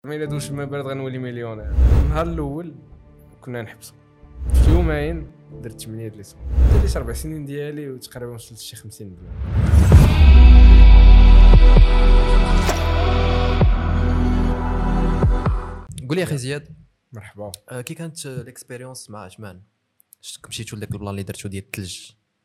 ما الا دوش ما بارد غنولي مليونير. النهار الاول كنا نحبسوا في يومين درت 8 د ليسون. درت 4 سنين ديالي وتقريبا وصلت شي 50 مليون. قول لي اخي زياد، مرحبا. كي كانت الاكسبيريونس مع عثمان؟ مشيتوا لذاك البلان اللي درتو ديال الثلج.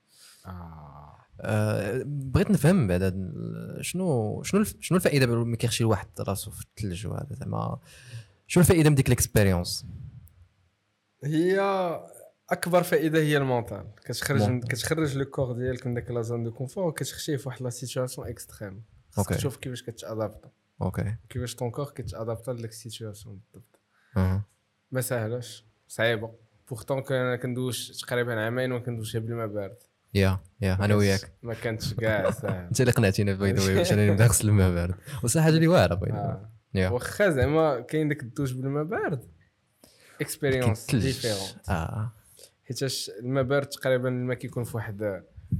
بغيت نفهم بعدا شنو الفائده ملي كيخشي الواحد راسو في الثلج، وهذا زعما شنو الفائده من ديك الاكسبيريونس؟ هي اكبر فائده هي المونطال. كتخرج لو كور ديالك من داك لا زون دو كونفور وكتخشيه في واحد لا سيتوياسيون اكستريم. خاصك تشوف كيفاش كتادابط، كيفاش طون كور كيتادابط لديك السيتوياسيون بالضبط. ما ساهلاش، صعيبه. بورتون كندوش تقريبا عامين وكندوشها بالماء بارد. انا وياك ما كانتش كاع ساهل. انت اللي قنعتينا بايدوي باش انا نبدا نغسل الماء بارد، وصح حاجه اللي واعره بايدوي. واخا زعما كاين داك الدوش بالماء بارد اكسبيريونس ديفيرونت. حيتاش الماء بارد تقريبا الماء كيكون في واحد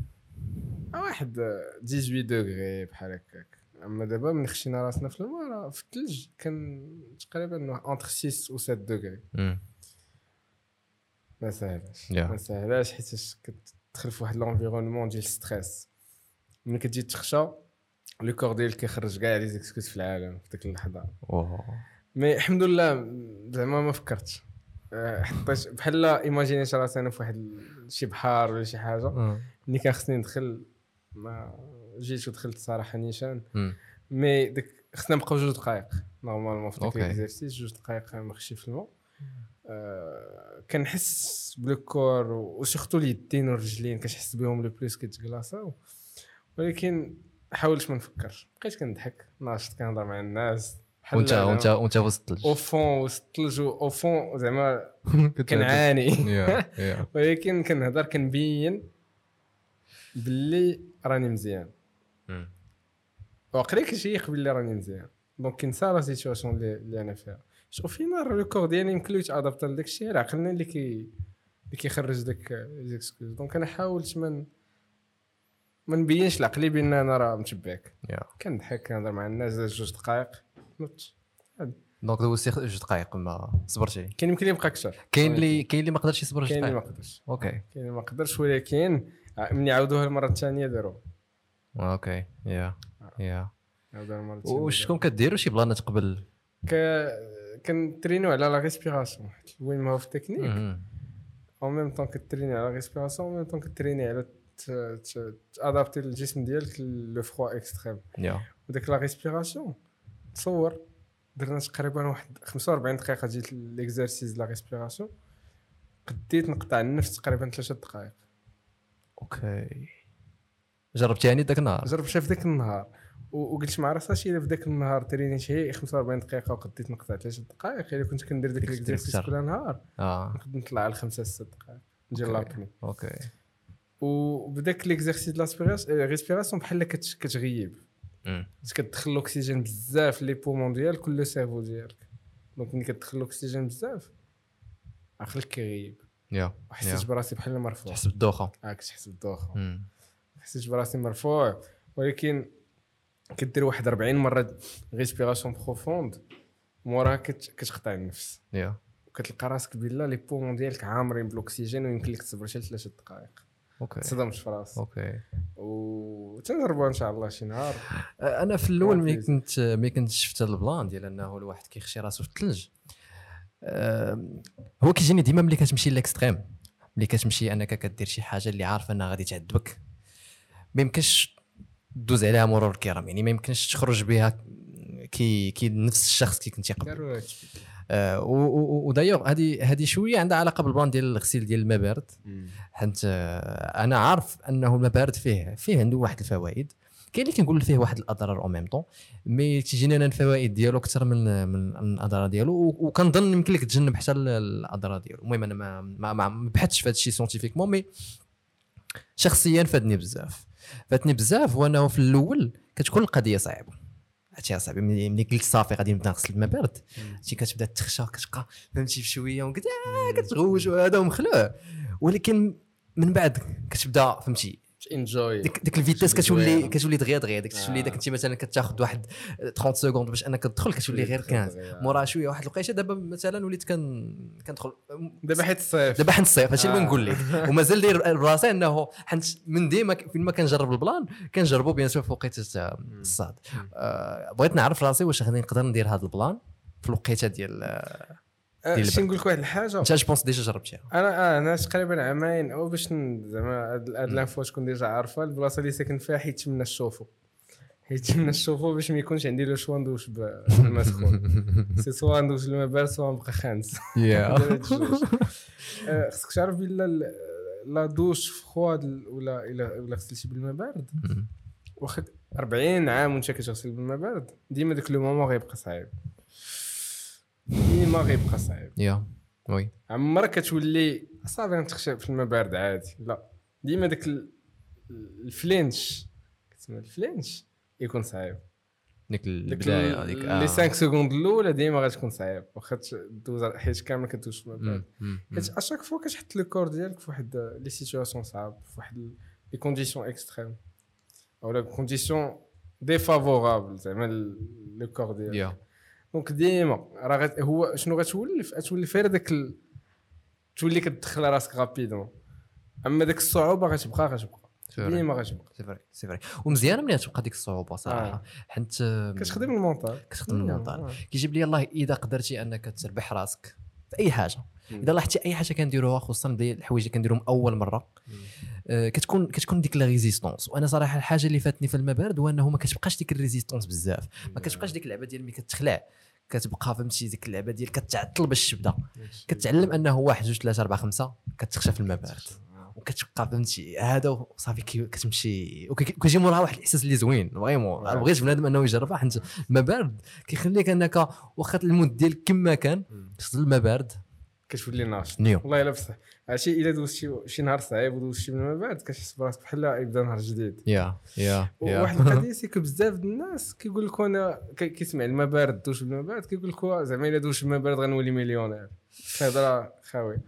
18 دوغري بحال هكاك. اما دابا من خشينا راسنا في الماء في الثلج كان تقريبا انتر 6 و 7 دوغري. ما ساهلاش حيتاش كتدخل في واحد لونفيرونمون ديال ستريس. ملي كتجي تخشى لو كور ديالك كيخرج كاع لي زيكسكوز في العالم في ديك اللحظه. مي الحمد لله زعما ما فكرتش. حطيت بحال ايماجينيت راسي انا في واحد شي بحر ولا شي حاجه. ملي كان خصني ندخل ما جيت ودخلت صراحه نيشان. مي داك خصنا نبقاو 2 دقائق نورمالمون في داك الاكزرسيس. 2 دقائق نخشي في الماء. كنحس بالكور وسورتو اليدين والرجلين كتحس بهم لو بلوس كيتكلاصاو. ولكن حاولت ما نفكرش، بقيت كنضحك ناشط كنهضر مع الناس وانت وسط الثلج. او فون وسط الثلج او فون زعما كنعاني. ولكن كنهضر كنبين باللي راني مزيان. وقريت شي قبل اللي راني مزيان. دونك كنسى لا سيتوياسيون اللي انا فيها. شوف فينا لو كور ديالي يمكن ليه ادابط لداك الشيء. العقلنا اللي كيخرج داك ليزكسكوز. دونك انا حاولت ما نبينش لعقلي بان انا راه متبعك. كنضحك كنهضر مع الناس 2 دقائق نوت. دونك دوزتي 2 دقائق ما صبرتي. كاين يمكن يبقى اكثر. كاين اللي ما قدرش يصبر 2 دقائق. كاين اللي ما قدرش. كاين اللي ما قدرش. ولكن ملي عاودوها المره الثانيه داروا. وشكون كديروا شي بلانات قبل؟ كنترينيو على لا ريسبيراسيون. وين ما هو في التكنيك او ميم طون كتريني على ريسبيراسيون ميم طون كتريني على تادابتي الجسم ديالك لو فروا اكستريم. وداك لا ريسبيراسيون تصور درنا تقريبا واحد 45 دقيقه ديال ليكزارسيس لا ريسبيراسيون. قديت نقطع النفس تقريبا 3 دقائق. جربتي يعني داك النهار؟ جربتها في داك النهار وقلت مع راسي الا في داك النهار ترينيت شي 45 دقيقه وقديت نقطع 3 دقائق. الا كنت كندير داك ليكزارسيس كل نهار نقدر نطلع على 5 6 دقائق ندير لابني. وبداك ليكزارسيس ريسبيراسيون بحال كتغيب. كتدخل الاكسجين بزاف لي بومون ديالك كل سيرفو ديالك. دونك ملي كتدخل الاكسجين بزاف عقلك كيغيب. وحسيت براسي بحال مرفوع. تحس بالدوخه. كتحس بالدوخه. حسيت براسي مرفوع. ولكن كدير واحد 40 مره ريسبيراسيون بروفوند موراها كتقطع النفس. وكتلقى راسك بالله لي بومون ديالك عامرين بالاكسجين ويمكن لك تصبر شي 3 دقائق. تصدمت في راسك. وتنجربوا ان شاء الله شي نهار. انا في الاول ملي كنت شفت هذا البلان ديال انه الواحد كيخشي راسو في الثلج. هو كيجيني ديما ملي كتمشي للاكستريم، ملي كتمشي انك كدير شي حاجه اللي عارف انها غادي تعذبك ما يمكنش دوز عليها مرور الكرام. يعني ما يمكنش تخرج بها كي نفس الشخص كي كنتي قبل. ودايوغ هذه شويه عندها علاقه بالبلان ديال الغسيل ديال الماء بارد. حيت انا عارف انه الماء بارد فيه عنده واحد الفوائد. كاين اللي كنقول فيه واحد الاضرار او ميم طون، مي تيجيني انا الفوائد ديالو اكثر من الاضرار ديالو. وكنظن يمكن لك تجنب حتى الاضرار ديالو. المهم انا ما بحثتش في هذا الشيء سيانتيفيكمون، مي شخصيا فادني بزاف. وانه في الاول كتكون القضيه صعيبه. عرفتي صاحبي ملي قلت صافي غادي نبدا نغسل الماء بارد كتبدا تخشى كتبقى فهمتي بشويه وكتغوج وهذا ومخلوع. ولكن من بعد كتبدا فهمتي انجوي ديك الفيتاس كتولي دغيا ديك تولي داك انت مثلا كتاخذ واحد 30 سكوند باش انك تدخل كتولي غير 15 مورا شويه واحد الوقيته. دابا مثلا وليت كندخل دابا حيت الصيف هادشي اللي بنقول لك. ومازال داير راسي انه حنت من ديما فين ما كنجرب البلان كنجربو بيان سور في وقيته الصاد. بغيت نعرف راسي واش غادي نقدر ندير هذا البلان في الوقيته ديال شي نقول لك واحد الحاجه. انت جو بونس ديجا جربتيها؟ انا تقريبا عامين او باش زعما هاد لانفو تكون ديجا عارفه البلاصه اللي ساكن فيها حيت تمنى نشوفو باش ما يكونش عندي لو شوا ندوش بالماء سخون. سي سوا ندوش الماء بارد سوا نبقى خانس. خصك تعرف بلا لا دوش فخواد ولا غسلتي بالماء بارد واخا 40 عام وانت كتغسل بالماء بارد ديما داك لو مومون غيبقى صعيب. يا وي عمرك كتولي صافي نتخشى في الماء بارد عادي. لا ديما داك الفلينش كتسمى الفلينش يكون صعيب. ديك البدايه هذيك لي 5 سكوند الاولى ديما غتكون صعيب واخا دوز حيت كامل كدوز في الماء بارد. حيت اشاك فوا كتحط لو كور ديالك في واحد لي سيتوياسيون صعاب في واحد لي كونديسيون اكستريم او لا كونديسيون ديفافورابل زعما لو كور ديالك. دونك ديما راه هو شنو غتولي فير داك تولي كتدخل راسك غابيدون. اما داك الصعوبه غتبقى ديما غتبقى سي فري. ومزيانه ملي تبقى ديك الصعوبه صراحه حيت كتخدم المونطال. كيجيب لي الله اذا قدرتي انك تربح راسك في اي حاجه. اذا لاحظتي اي حاجه كنديروها خصوصا ديال الحوايج اللي كنديرهم اول مره كتكون ديك لا ريزيستونس. وانا صراحه الحاجه اللي فاتني في الماء بارد هو انه ما كتبقاش ديك الريزيستونس بزاف. ما كتبقاش ديك اللعبه ديال ملي كتخلع كتبقى فهمتي ديك اللعبه ديال كتعطل باش تبدا. كتعلم انه 1 2 3 4 5 كتخشى في الماء بارد وكتبقى فهمتي هذا صافي كتمشي وكيجي موراها واحد الاحساس اللي زوين فريمون. بغيت بنادم انه يجربها حيت الماء بارد كيخليك انك واخا المود ديالك كما كان تفضل الماء بارد كتولي ناشط. والله الا بصح عرفتي الا دوزتي شي نهار صعيب ودوزتي بالماء بارد كتحس براسك بحال يبدا نهار جديد. يا واحد القضيه سي كو بزاف د الناس كيقول لك انا كيسمع الماء بارد دوش بالماء بارد كيقول لك زعما الا دوش بالماء بارد غنولي مليونير. هضره خاوي.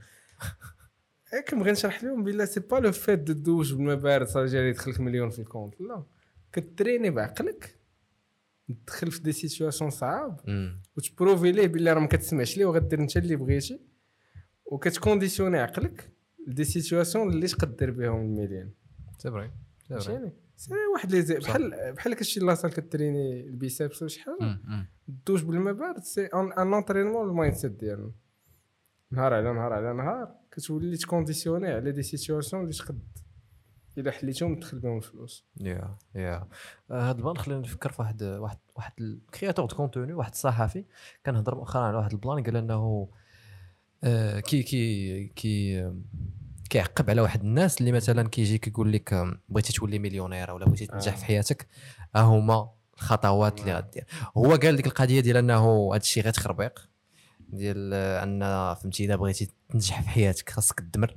كنبغي نشرح لهم بلا سي با لو فيت دو دوش بالماء بارد صافي جاري يدخلك مليون في الكونت. لا كتريني بعقلك تدخل في دي سيتوياسيون صعاب وتبروفي ليه بلا راه ما كتسمعش ليه وغدير انت اللي بغيتي وكتكونديسيوني عقلك دي سيتوياسيون اللي تقدر بهم المليون. سي فري سي واحد لي بحال كشي لاصال كتريني البيسابس ولا شي حاجه دوش بالماء بارد سي ان انطرينمون المايند سيت ديالنا نهار على نهار كتولي تكونديسيوني على دي سيتوياسيون اللي تقد الا حليتهم تدخل بهم الفلوس. هاد البلان خلينا نفكر في واحد الكرياتور دو كونتوني واحد الصحفي كان هضر مؤخرا على واحد البلان قال انه كيعقب على واحد الناس اللي مثلا كيجي كيقول لك بغيتي تولي مليونير ولا بغيتي تنجح في حياتك هما الخطوات اللي غدير. هو قال ديك القضيه ديال انه هذا الشيء غير تخربيق ديال ان فهمتي اذا بغيتي تنجح في حياتك خاصك تدمر.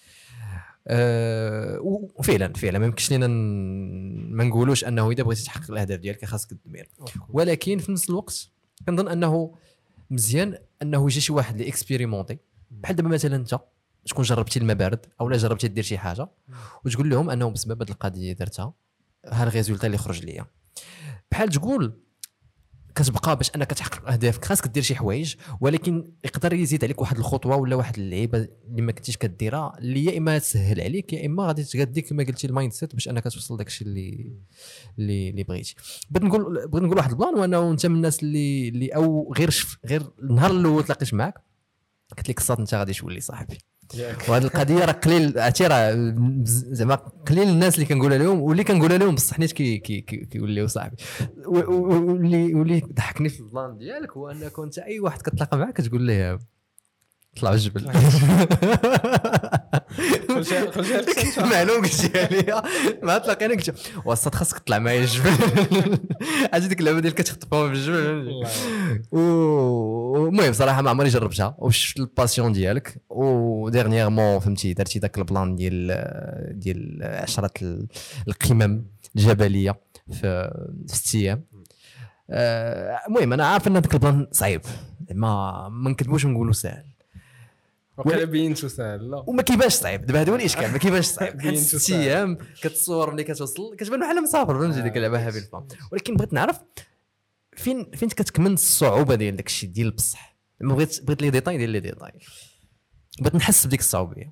وفعلا ما يمكنش لينا ما نقولوش انه اذا بغيتي تحقق الاهداف ديالك خاصك تدمر. ولكن في نفس الوقت كنظن انه مزيان انه يجي شي واحد اللي اكسبيريمونتي بحال دابا مثلا انت تكون جربتي الماء بارد او لا جربتي دير شي حاجه وتقول لهم انه بسبب هذه القضيه درتها ها الريزولتا اللي خرج ليا. بحال تقول كتبقى باش انك تحقق اهدافك خاصك دير شي حوايج ولكن يقدر يزيد عليك واحد الخطوه ولا واحد اللعيبه اللي ما كنتيش كديرها اللي يا اما تسهل عليك يا اما غادي تغديك كما قلتي المايند سيت باش انك توصل داكشي اللي بغيتي. بغيت نقول واحد البلان وانه انت من الناس اللي او غير النهار الاول تلاقيت معاك قلت لك الصاد انت غادي تولي صاحبي. وهذه القضيه راه قليل راه زعما قليل الناس اللي كنقولها لهم واللي كنقولها لهم بصح حنيت كيوليو صاحبي. واللي ضحكني في البلان ديالك هو انك انت اي واحد كتلاقى معاه كتقول ليه طلع الجبل. معلوم قلتي لي ما تلاقينا قلت وسط خاصك تطلع معايا الجبل. عاد ديك اللعبه ديال كتخطفهم في الجبل. المهم صراحه ما عمري جربتها وشفت الباسيون ديالك وديرنييرمون فهمتي درتي داك البلان ديال 10 القمم الجبليه في 6 ايام. المهم انا عارف ان داك البلان صعيب ما نكذبوش ونقولوا سهل وقيلا بينتو ساهل لا وما كيبانش صعيب دابا هذا هو الاشكال ما كيبانش صعيب حيت 6 ايام كتصور ملي كتوصل كتبان بحال مسافر فهمتي ديك اللعبه هابي الفام. ولكن بغيت نعرف فين كتكمن الصعوبه ديال داك الشيء ديال بصح بغيت لي ديتاي ديال لي ديتاي بغيت نحس بديك الصعوبيه.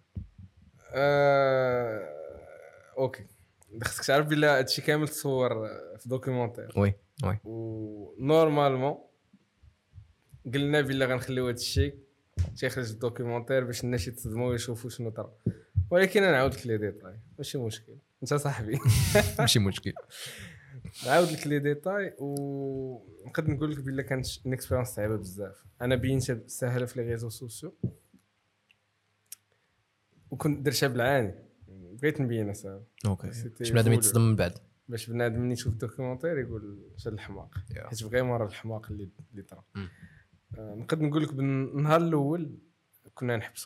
اوكي خصك تعرف بلا هادشي كامل تصور في دوكيومونتير. وي ونورمالمون قلنا بلا غنخليو هادشي تيخرج في الدوكيومونتير باش الناس يتصدموا ويشوفوا شنو طرا. ولكن انا نعاود لك لي ديتاي ماشي مشكل انت صاحبي ماشي مشكل. نعاود لك لي ديتاي ونقدر نقول لك بلا كانت ان اكسبيريونس صعيبه بزاف. انا بينتها ساهله في لي ريزو سوسيو وكنت درتها بالعاني بغيت نبينها ساهله. اوكي باش بنادم يتصدم من بعد باش بنادم ملي يشوف الدوكيومونتير يقول شاد الحماق حيت بغى مره الحماق اللي طرا. نقدر نقول لك بالنهار الاول كنا نحبسوا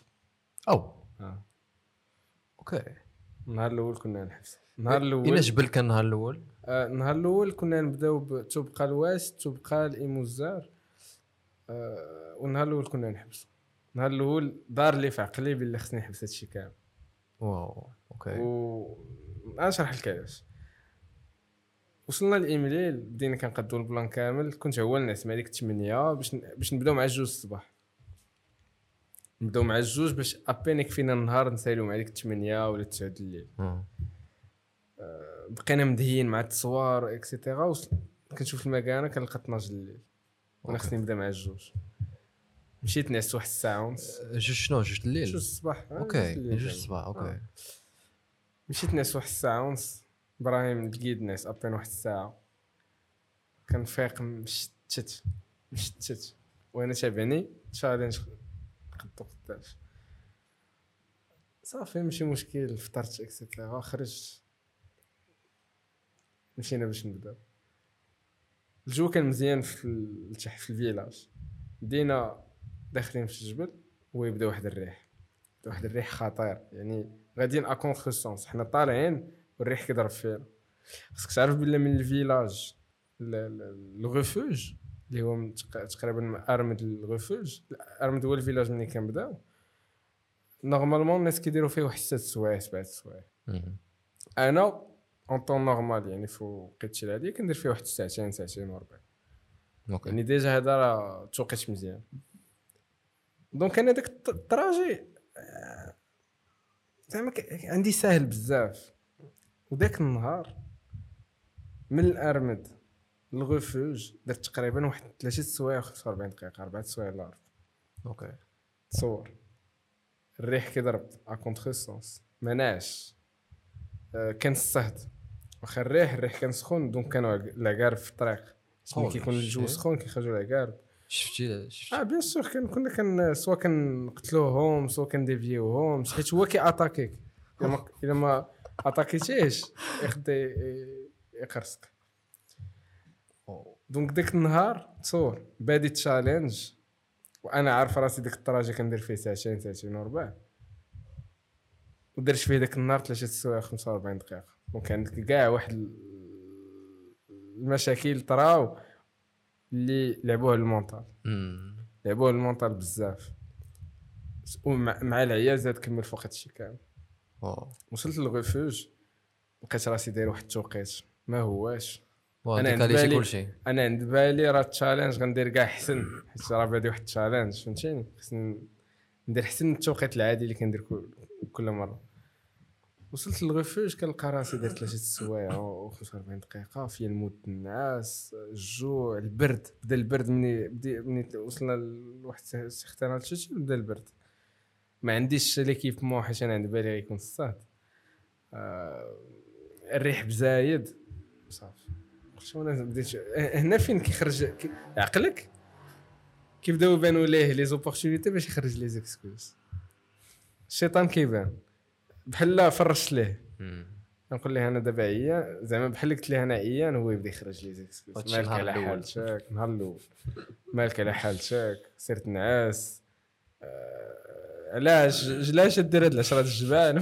اوكي النهار الاول كنا نحبسوا. النهار الاول الا جبل كان النهار الاول النهار الاول كنا نبداو بتوبقى الواس توبقى الايموزار والنهار الاول كنا نحبسوا. النهار الاول دار لي في عقلي باللي خصني نحبس هادشي كامل. واو اوكي نشرح لك علاش. وصلنا لإيميليل بدينا كنقادو البلان كامل. كنت هو الناس مع ديك 8 باش نبداو مع 2 الصباح. نبداو مع 2 باش ابين يكفينا النهار نساليو مع ديك 8 ولا 9 الليل. بقينا مدهين مع التصوير اكسيتيرا. كنشوف المكانه كنلقى 12 الليل وانا خصني نبدا مع 2. مشيت نعست واحد الساعه ونص. شنو 2 الليل 2 الصباح اوكي 2 الصباح اوكي. مشيت نعست واحد الساعه ونص. ابراهيم لقيت ناس ابين واحد الساعه كنفيق مشتت وانا تابعني تشالنج قدو قداش صافي ماشي مشكل. فطرت اكسيتيرا خرجت مشينا باش نبداو. الجو كان مزيان في تحت في الفيلاج. بدينا داخلين في الجبل ويبدا واحد الريح خطير يعني غاديين اكونترسونس. حنا طالعين والريح كيضرب فينا. خصك تعرف بلا من الفيلاج الغوفوج اللي هو تقريبا ارمد الغوفوج. ارمد هو الفيلاج ملي كنبداو نورمالمون الناس كيديروا فيه واحد 6 سوايع 7 سوايع. انا اون طون نورمال يعني فوق وقيتشي العادي كندير فيه واحد 2 ساعتين وربع. يعني ديجا هذا راه توقيت مزيان. دونك انا داك الطراجي زعما عندي ساهل بزاف. وداك النهار من الارمد للغوفوج درت تقريبا واحد 3 سوايع و 45 دقيقه 4 سوايع الا عرفت. اوكي تصور الريح كيضرب اكونترسونس مناش كان الصهد واخا الريح كان سخون دونك كانوا العقارب في الطريق. ملي كيكون الجو سخون كيخرجوا العقارب. شفتي بيان سور كنا سوا كنقتلوهم سوا كنديفيوهم حيت هو كي اتاكيك الا ما اتاكيتيش يخدي يقرصك. دونك داك النهار تصور بادي تشالنج وانا عارف راسي ديك الطراجه كندير فيه ساعتين وربع ودرت فيه داك النهار 3 سوايع 45 دقيقه. دونك عندك كاع واحد المشاكل طراو اللي لعبوها المونطال بزاف. ومع العيال زاد كمل فوق هادشي كامل. وصلت للغوفوج لقيت راسي داير واحد التوقيت ما هواش. انا عند بالي راه التشالنج غندير كاع احسن حيت راه بادي واحد التشالنج فهمتيني. خصني ندير احسن من التوقيت العادي اللي كندير كل مره. وصلت للغوفوج كنلقى راسي داير 3 سوايع و 45 دقيقه في المود النعاس الجوع البرد. بدا البرد مني وصلنا لواحد سيغتان التشتي بدا البرد. ما عنديش ليكيبمون حيت انا عند بالي غيكون الصاد. الريح بزايد صافي شنو انا بديت هنا فين كيخرج عقلك كيبداو يبانوا ليه لي زوبورتونيتي باش يخرج لي زيكسكوز. الشيطان كيبان بحال فرشت ليه نقول ليه انا دابا عيان زعما بحال قلت ليه انا عيان هو يبدا يخرج لي زيكسكوز. مالك على حالتك نهار الاول مالك على حالتك سيرت نعاس علاش دير هاد 10 الجبال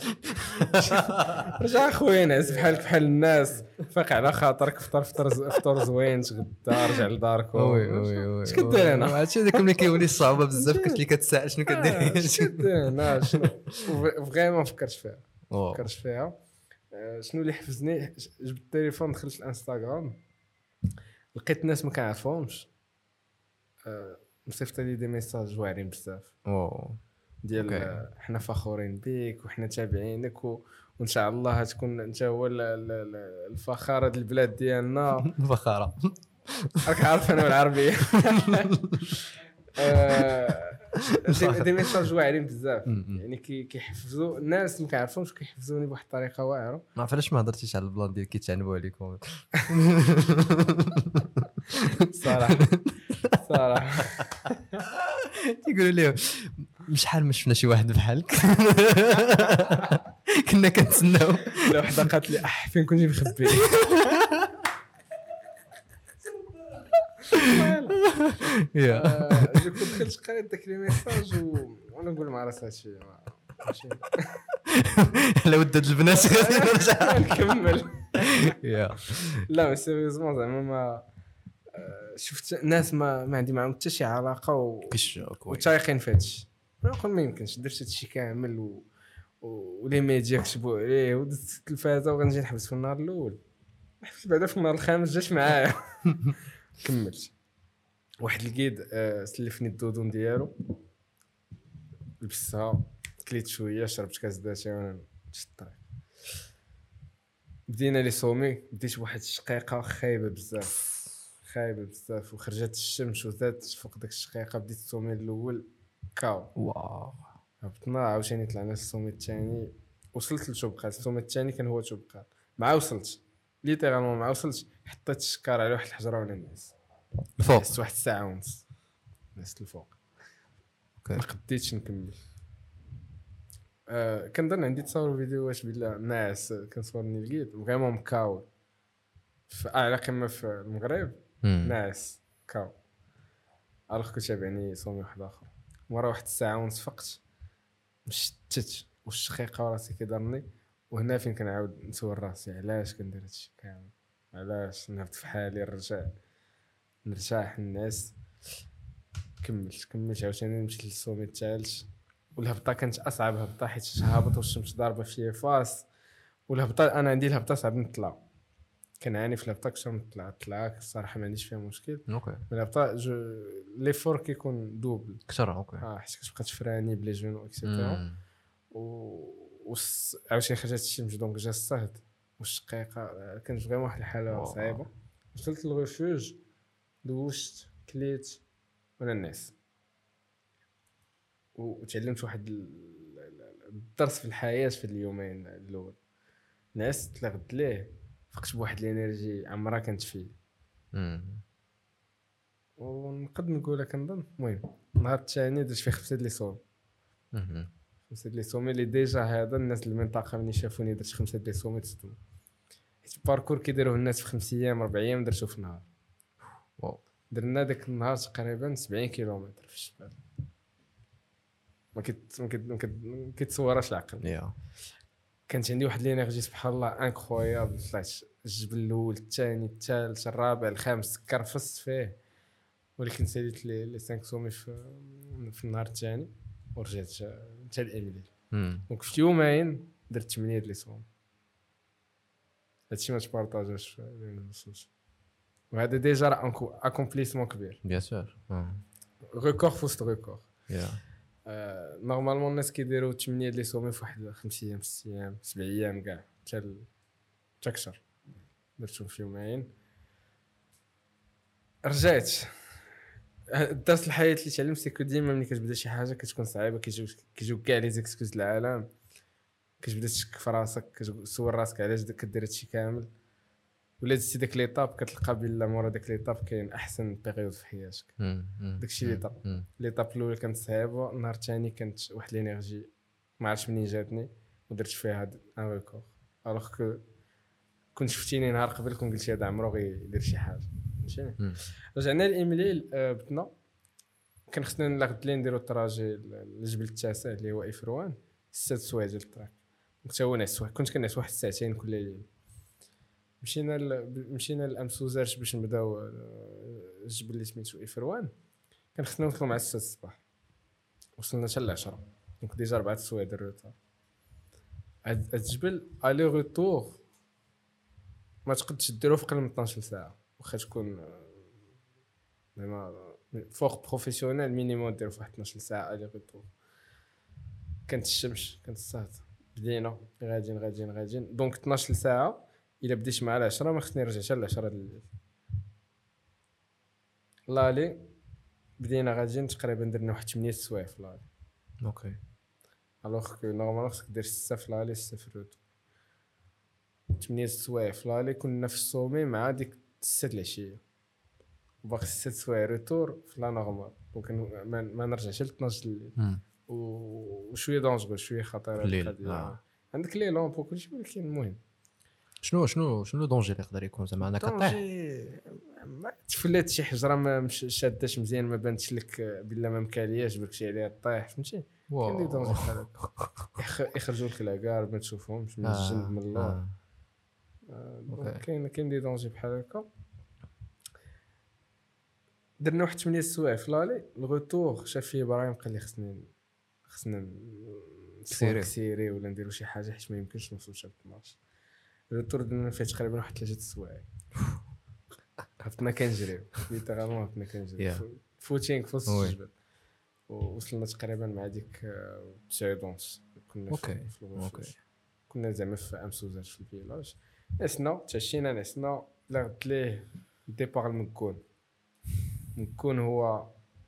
رجع خويا نعس بحال الناس فاق على خاطرك فطر زوين تغدا رجع لدارك وي اش كدير هنا هادشي داك ملي كيولي الصعوبه بزاف كتولي كتسائل شنو كدير اش كدير هنا شنو فريمون فكرت فيها شنو اللي حفزني جبت التليفون دخلت الانستغرام لقيت ناس ما كنعرفهمش مصيفط لي دي ميساج واعرين بزاف ديال حنا فخورين بك وحنا تابعينك وان شاء الله تكون انت هو الفخاره ديال البلاد ديالنا فخاره راك عارف انا بالعربيه دي ميساج واعرين بزاف يعني كيحفزوا الناس ما كيعرفوش كيحفزوني بواحد الطريقه واعره. ما عرف علاش ما هضرتيش على البلان ديال كيتعنبوا عليكم صراحه يقولوا لي شحال ما شفنا شي واحد بحالك كنا كنتسناو. لو وحده قالت لي فين كنتي مخبي جو كنت دخلت قريت داك لي ميساج وانا نقول مع راسي هادشي ماشي على ود البنات غادي نرجع نكمل. لا مي سيريوزمون زعما ما شفت ناس ما عندي معهم حتى شي علاقه وتايقين في هادشي نقول ما يمكنش درت هادشي كامل ولي ميديا كتبوا عليه ودزت التلفازه وغنجي نحبس في النهار الاول حبست بعدا في النهار الخامس جاش معايا كملت. واحد الكيد سلفني الدودون ديالو لبستها كليت شويه شربت كاس داتاي وانا مشيت الطريق بدينا لي صومي بديت واحد الشقيقه خايبه بزاف وخرجت الشمس وزادت فوق داك الشقيقه بديت الصومي الاول كاو واو هبطنا عاوتاني طلعنا الصومي الثاني وصلت لشبقات الصومي الثاني كان هو شبقات مع وصلت ليترالمون مع وصلت حطيت الشكار على واحد الحجره ولا نعس الفوق واحد الساعه ونص نعست الفوق ما قديتش نكمل. كنظن عندي تصاور فيديوهات بالله ناس كنصورني الكيد فريمون مكاول في اعلى قمه في المغرب ناس كاو الوغ كنت تابعني صومي واحد اخر مره واحد الساعه ونص فقت مشتت والشقيقه راسي كيضرني وهنا فين كنعاود نسول راسي علاش كندير هادشي كامل علاش نهبط في حالي نرتاح الناس. كملت عاوتاني مشيت للصومي الثالث والهبطه كانت اصعب هبطه حيت هابط والشمس ضاربه فيا فاس والهبطه انا عندي الهبطه صعب نطلع كنعاني في الهبطه كثر من الطلعه الصراحه ما عنديش فيها مشكل الهبطه لي فور كيكون دوبل كثر حيت كتبقى تفراني بلي جونو اكسيتيرا عاوتاني خرجت الشمس دونك جا الصهد والشقيقه كانت فريمون واحد الحاله صعيبه. وصلت للريفوج دوشت كليت وانا الناس وتعلمت واحد الدرس في الحياه في اليومين الاول ناس تلغد ليه فقت بواحد الانرجي عمرها كانت فيه ونقد نقولها كنظن المهم النهار الثاني درت فيه 5 لي صوم 5 لي صوم اللي ديجا هذا الناس المنطقه ملي شافوني درت 5 لي صوم تصدموا حيت الباركور كيديروه الناس في 5 ايام 4 ايام درتو في نهار واو درنا داك النهار تقريبا 70 كيلومتر في الشبال ما كيتصورش العقل كانت عندي واحد الانرجي سبحان الله انكرويابل طلعت الجبل الاول الثاني الثالث الرابع الخامس كرفست فيه ولكن ساليت لي 5 سومي في النهار الثاني ورجعت حتى الاميليل دونك في يومين درت 8 لي صوم هادشي ما تبارطاجوش بين النصوص وهذا ديجا راه اكومبليسمون كبير بيان سور ريكور فوست ريكور نورمالمون الناس كيديروا 8 لي صومي في واحد 5 ايام 6 ايام 7 ايام كاع حتى اكثر درتهم في يومين رجعت. الدرس الحياه اللي تعلمت سيكو ديما ملي كتبدا شي حاجه كتكون صعيبه كيجيوك كاع لي زيكسكوز العالم كتبدا تشك في راسك كتسول راسك علاش كدير هادشي كامل ولا دزتي داك ليطاب كتلقى بلا مورا داك ليطاب كاين احسن بيريود في حياتك داكشي ليطاب الاولى كانت صعيبه النهار الثاني كانت واحد الانرجي ما عرفتش منين جاتني ودرت فيها هاد ان ريكور الوغ كو كنت شفتيني نهار قبل كون قلتي هذا عمرو غيدير شي حاجه ماشي. رجعنا لإيميليل بتنا كان خصنا ناخذ لين نديرو التراجي لجبل التاسع اللي هو افروان 6 سوايع ديال الطريق. كنت كنعس واحد الساعتين كل ليله. مشينا لامسوزارش باش نبداو الجبل اللي سميتو افروان. كان خصنا نوصلوا مع 6 الصباح، وصلنا حتى ل 10. دونك ديجا 4 سوايع ديال الروتار. هاد الجبل الي روتور ما تقدش ديرو في اقل من 12 ساعه، واخا تكون زعما فوق بروفيسيونيل مينيموم ديرو في واحد 12 ساعه الي روتور. كانت الشمس كانت الصهد، بدينا غاديين دونك 12 ساعه. الا بديت مع 10 ما خصني نرجع حتى ل 10 الليل. لالي بدينا غاديين تقريبا درنا واحد 8 سوايع في لالي. اوكي الوغ كو نورمالمون خصك دير 6 في لالي 6 في الروتور. 8 سوايع في لالي كنا في الصومي مع ديك 6 العشيه، وباقي 6 سوايع روتور في لا نورمال. دونك ما نرجعش ل 12 الليل. وشويه دونجرو شويه خطيره القضيه. عندك لي لامب وكلشي، ولكن المهم شنو دونجي اللي يقدر يكون زعما انا كطيح ما تفلات شي حجره ما شاداش مزيان، ما بانتش لك بلا ما مكالياش بركشي عليها طيح، فهمتي؟ كاين لي دونجي بحال هكا يخرجوا لك العقار ما تشوفهمش من الجنب من اللور. كاين لي دونجي بحال هكا. درنا واحد 8 سوايع في لالي. الغوتور شاف فيه ابراهيم قال لي خصنا نسيري ولا نديرو شي حاجه حيت ما يمكنش نوصلوا حتى 12. الروتور درنا فيه تقريبا واحد 3 سوايع. عرفتنا كنجريو ليترالمون، عرفتنا كنجريو فوتينغ في وسط الجبل. ووصلنا تقريبا مع ديك 9:11 كنا في الغوفوج. كنا زعما في امسوزاج في الفيلاج. نعسنا تعشينا نعسنا. لا غدت ليه ديبار المكون. مكون هو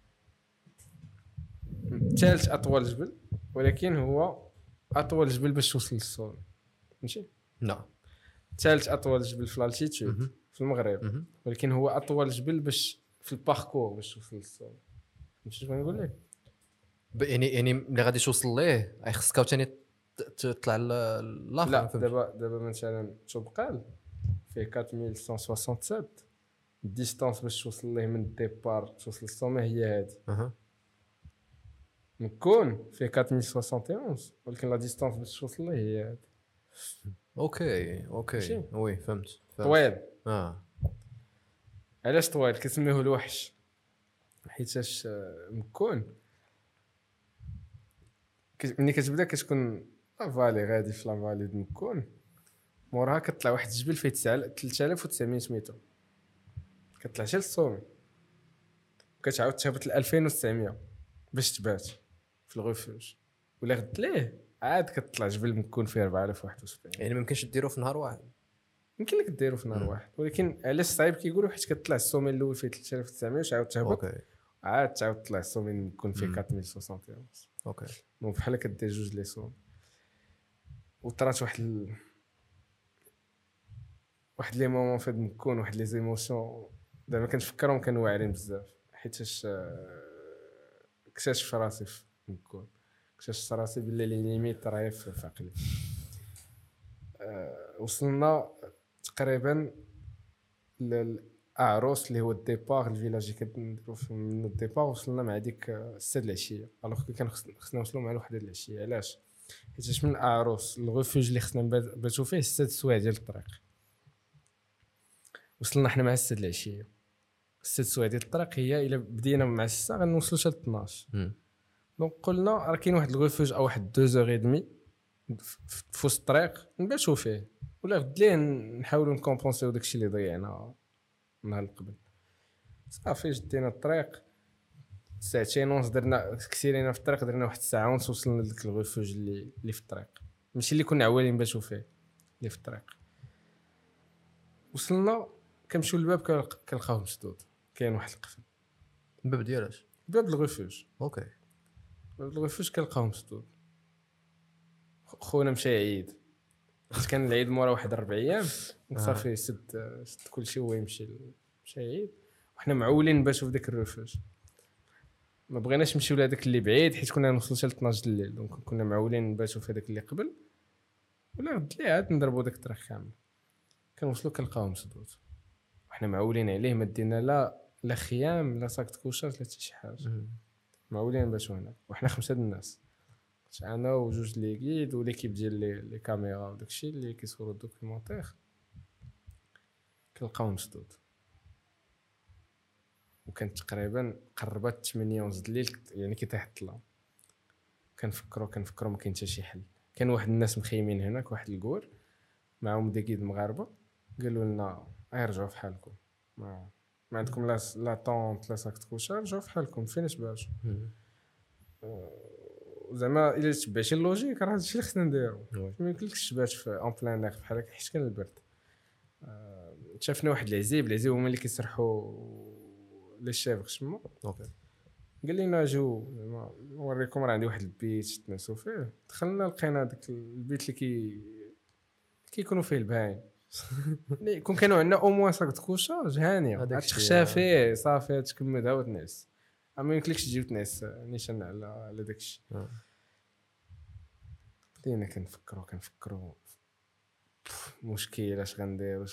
ثالث اطول جبل، ولكن هو اطول جبل باش توصل للصون. ماشي نعم ثالث اطول جبل في الالتيتود في المغرب، ولكن هو اطول جبل باش في الباركور باش توصل للصون. فهمتي شنو نقول لك؟ يعني ملي غادي توصل ليه خصك عاوتاني تطلع لاخر. لا دابا مثلا تبقال فيه 4167 الديستانس باش توصل ليه من الديبار توصل للصومي هي هذه. نكون فيه 4071 ولكن لا ديستانس باش توصل ليه هي هذه. اوكي وي فهمت. طويل. علاش طويل؟ كنسميوه الوحش حيتاش مكون ملي كتبدا كتكون فالي غادي في لا فالي د مكون، موراها كطلع واحد الجبل فيه 3900 متر، كطلع حتى للصومي كتعاود تهبط ل 2900 باش تبات في الغوفوج. ولا غدت ليه عاد كتطلع جبل مكون فيه 4071. يعني ما يمكنش ديرو في نهار واحد. يمكن لك ديرو في نهار واحد، ولكن علاش صعيب كيقولوا حيت كتطلع الصومي الاول فيه 3900 وعاود تهبط عاد تعاود تطلع الصومي مكون فيه 4071. اوكي دونك بحال كدير جوج لي صوم. وطرات واحد لي مومون فهاد مكون واحد لي زيموسيون دابا كنتفكرهم كانوا واعرين بزاف، حيتاش اكتشفت راسي في مكون، اكتشفت راسي بلي لي ليميت راهي في عقلي. وصلنا تقريبا للأعروس اللي هو الديبار الفيلاج اللي كنديرو من الديبار. وصلنا مع ديك 6 العشيه، الوغ كان خصنا نوصلوا مع الوحده العشيه. علاش؟ حيت من الأعروس الغوفوج اللي خصنا نباتو فيه 6 سوايع ديال الطريق. وصلنا حنا مع 6 العشيه. 6 سوايع ديال الطريق هي الا بدينا مع 6 غنوصلوا حتى ل 12. دونك قلنا راه كاين واحد الغوفوج او واحد 2h30 في وسط الطريق نباتو فيه، ولا غد ليه نحاولوا نكومبونسيو داكشي اللي ضيعنا النهار اللي قبل. صافي جدينا الطريق 2 ساعات ونص، درنا كثيرين في الطريق، درنا واحد 1 ساعه ونص وصلنا لذاك الغوفوج اللي في الطريق، ماشي اللي كنا عوالين نباتو فيه، اللي في الطريق. وصلنا كنمشيو للباب كنلقاوه مسدود، كاين واحد القفل. الباب ديالاش؟ باب الغوفوج. اوكي باب الغوفوج كنلقاوه مسدود. خونا مشى يعيد، كان العيد مورا واحد 4 ايام. صافي سد كلشي هو مشى يعيد، وحنا معولين نباتو في داك الغوفوج. ما بغيناش نمشيو لهداك اللي بعيد حيت كنا نوصلوا حتى ل 12 الليل، دونك كنا معولين نباتو في هذاك اللي قبل، ولا غد ليه عاد نضربوا داك الطريق كامل. كنوصلوا كنلقاوه مسدود، وحنا معولين عليه، ما دينا لا خيام لا ساكت كوشاج لا حتى شي حاجه. معولين باش هنا وحنا 5 الناس، انا وجوج لي غيد وليكيب ديال لي كاميرا وداكشي اللي كيصوروا الدوكيومونتير كنلقاو مسدود. وكانت تقريبا قربت 8 ونص الليل يعني كيطيح الظلام. كنفكروا ما كاين حتى شي حل. كان واحد الناس مخيمين هناك واحد الكور معاهم ديكيد مغاربه قالوا لنا ارجعوا في حالكم، ما عندكم لا طونط لا ساك تكوش، رجعوا في حالكم فيناش باش زعما الا تبعتي اللوجيك راه هادشي اللي خصنا نديرو. ما يمكنلكش تبات في اون بلان اير بحال هكا حيت كان البرد. شافنا واحد العزيب هما اللي كيسرحوا لي شيفغ شمو. قال لنا جو نوريكم راه عندي واحد البيت تنسوا فيه. دخلنا لقينا داك البيت اللي كيكونوا فيه البهايم اللي كون كانوا عندنا او موان ساك كوشاج هانيه تخشى فيه صافي تكمل هاو تنعس. ما يمكنلكش تجي وتنعس نيشان على داكشي. بدينا كنفكروا مشكل اش غندير.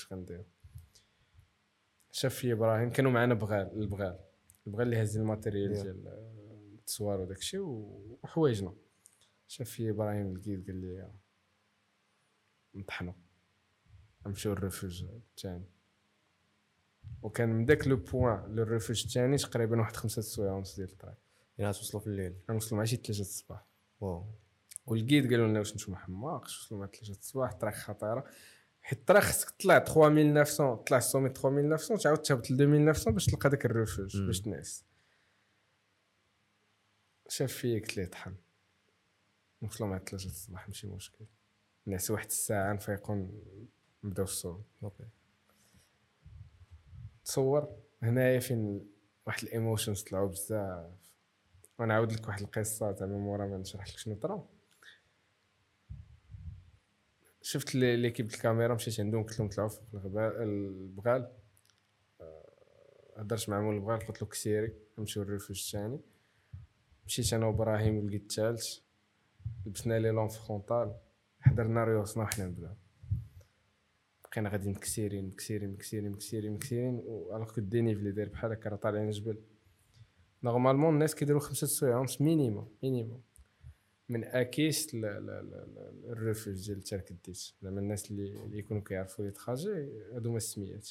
شاف في ابراهيم كانوا معنا البغال اللي هز الماتيريال ديال التصوير وداكشي وحوايجنا. شاف في ابراهيم الكيد قال لي نطحنوا نمشيو للريفوج الثاني. وكان من داك لو بوين للريفوج الثاني تقريبا واحد 5 سوايع ونص ديال الطريق. يعني توصلوا في الليل، غنوصلوا مع شي 3 الصباح. والكيد قالوا لنا واش نمشيو مع حماقش. وصلوا مع 3 الصباح. الطريق خطيره حيت الطريق خصك تطلع 3900 تطلع السوميت 3900 تعاود تهبط ل 2900 باش تلقى داك الريفوج باش تنعس. شاف فيا قلت ليه طحن. وصلوا مع 3 الصباح ماشي مشكل، نعس واحد الساعه نفيقوا نبداو الصوم. تصور هنايا فين واحد الايموشنز طلعوا بزاف. ونعاود لك واحد القصه زعما مورا ما نشرح لك شنو طرا. شفت ليكيب الكاميرا مشيت عندهم قلت لهم طلعوا فوق البغال. هضرت مع مول البغال قلت له كسيري نمشيو للريفوج الثاني. مشيت انا وابراهيم والقيت الثالث لبسنا لي لون فرونطال حضرنا ريوسنا وحنا نبداو. بقينا غادي مكسيرين والوغ كو دينيفلي داير بحال هكا راه طالعين الجبل. نورمالمون الناس كيديروا 5 سوايع ونص مينيموم من اكيس الريفوج ديال تركديت. زعما الناس اللي يكونوا كيعرفوا لي تراجي هادو هما السميات.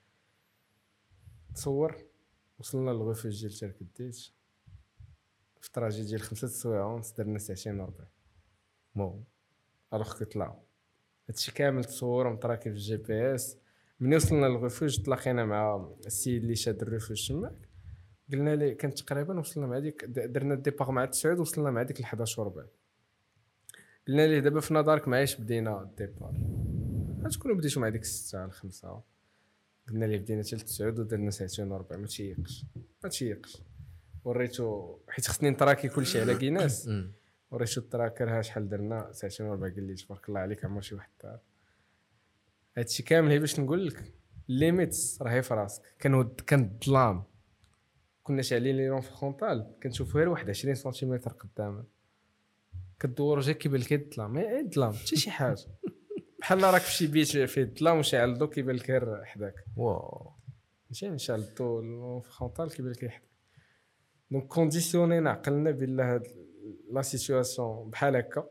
تصور وصلنا للريفوج ديال تركديت في تراجي ديال 5 سوايع ونص درنا 2 ساعات و 40 الوغ كطلعوا. هادشي كامل تصور متراكب في الجي بي اس. ملي وصلنا للريفوج تلاقينا مع السيد اللي شاد الريفوج تماك. قلنا ليه كانت تقريبا وصلنا مع ديك درنا الديباغ مع 9 وصلنا مع ديك 11:40. قلنا ليه دابا في نظرك معايش بدينا الديبار غتكونوا بديتو مع ديك 6 ل 5. قلنا ليه بدينا حتى 9 ودرنا 2 ساعات و 40. ما تشيقش. وريتو حيت خصني نتراكي كلشي على كيناس. وريتو التراكر ها شحال درنا 2 ساعات و 40. قال لي تبارك الله عليك عمر شي واحد الدار. هادشي كامل هي باش نقول لك الليميتس راهي في راسك. كان الظلام كنا شاعلين لي لون فرونطال كنشوفوا غير واحد 20 سنتيمتر قدامنا. كدور وجهك كيبان لك الظلام ما الظلام حتى شي حاجه بحال راك في شي بيت فيه الظلام وشاعل الضو كيبان لك غير حداك. ماشي نشعل الضو لون فرونطال كيبان لك حداك. دونك كونديسيونينا عقلنا بالله هاد لا سيتوياسيون بحال هكا.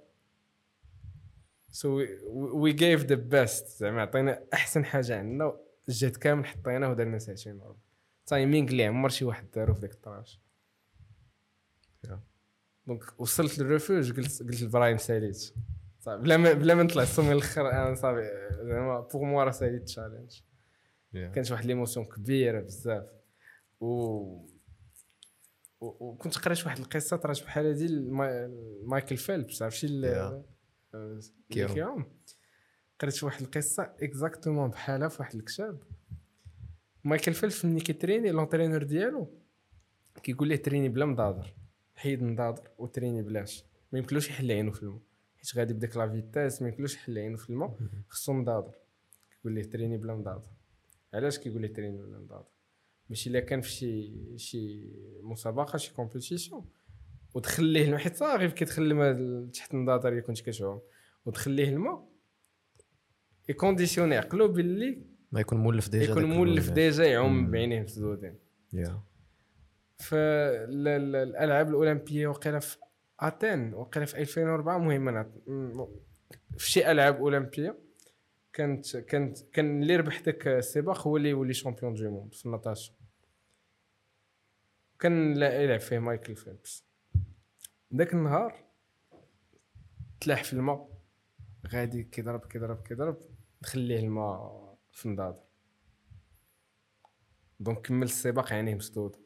سو وي جيف ذا بيست زعما عطينا احسن حاجه عندنا. الجهد كامل حطيناه ودرنا 2 ساعات و 40. تايمينغ اللي عمر شي واحد دارو في داك الطراش. دونك وصلت للريفوج قلت لابراهيم ساليت صافي بلا ما نطلع السوم الاخر. انا صافي زعما بوغ موا راه ساليت التشالنج. كانت واحد ليموسيون كبيره بزاف. وكنت قريت واحد القصه طرات بحال هادي مايكل فيلبس عرفتي كيروم. قريت واحد القصه اكزاكتومون بحالها في واحد الكتاب. مايكل فيلبس ملي كيتريني لونترينور ديالو كيقول ليه تريني بلا مضادر. حيد مضادر وتريني بلاش. ما يمكنلوش يحل عينو في الماء حيت غادي بداك لا فيتاس. ما يمكنلوش يحل عينو في الماء خصو مضادر. كيقول ليه تريني بلا مضادر. علاش كيقول ليه تريني بلا مضادر؟ باش الا كان في شي مسابقه شي كومبيتيسيون ودخل ليه الماء حيت صافي كيدخل الماء تحت النظاره اللي كنت كتعوم ودخل ليه الماء يكونديسيوني عقلو باللي ما يكون مولف ديجا يعوم بعينيه مسدودين. في الالعاب الاولمبيه وقيله في اتين وقيله في 2004. المهم انا في شي العاب اولمبيه كان اللي ربح داك السباق هو اللي يولي شامبيون دو موند في النطاش. كان يلعب فيه مايكل فيلبس. داك النهار تلاح في الماء غادي كيضرب دخل ليه الماء في النضاض. دونك كمل السباق عينيه مسدوده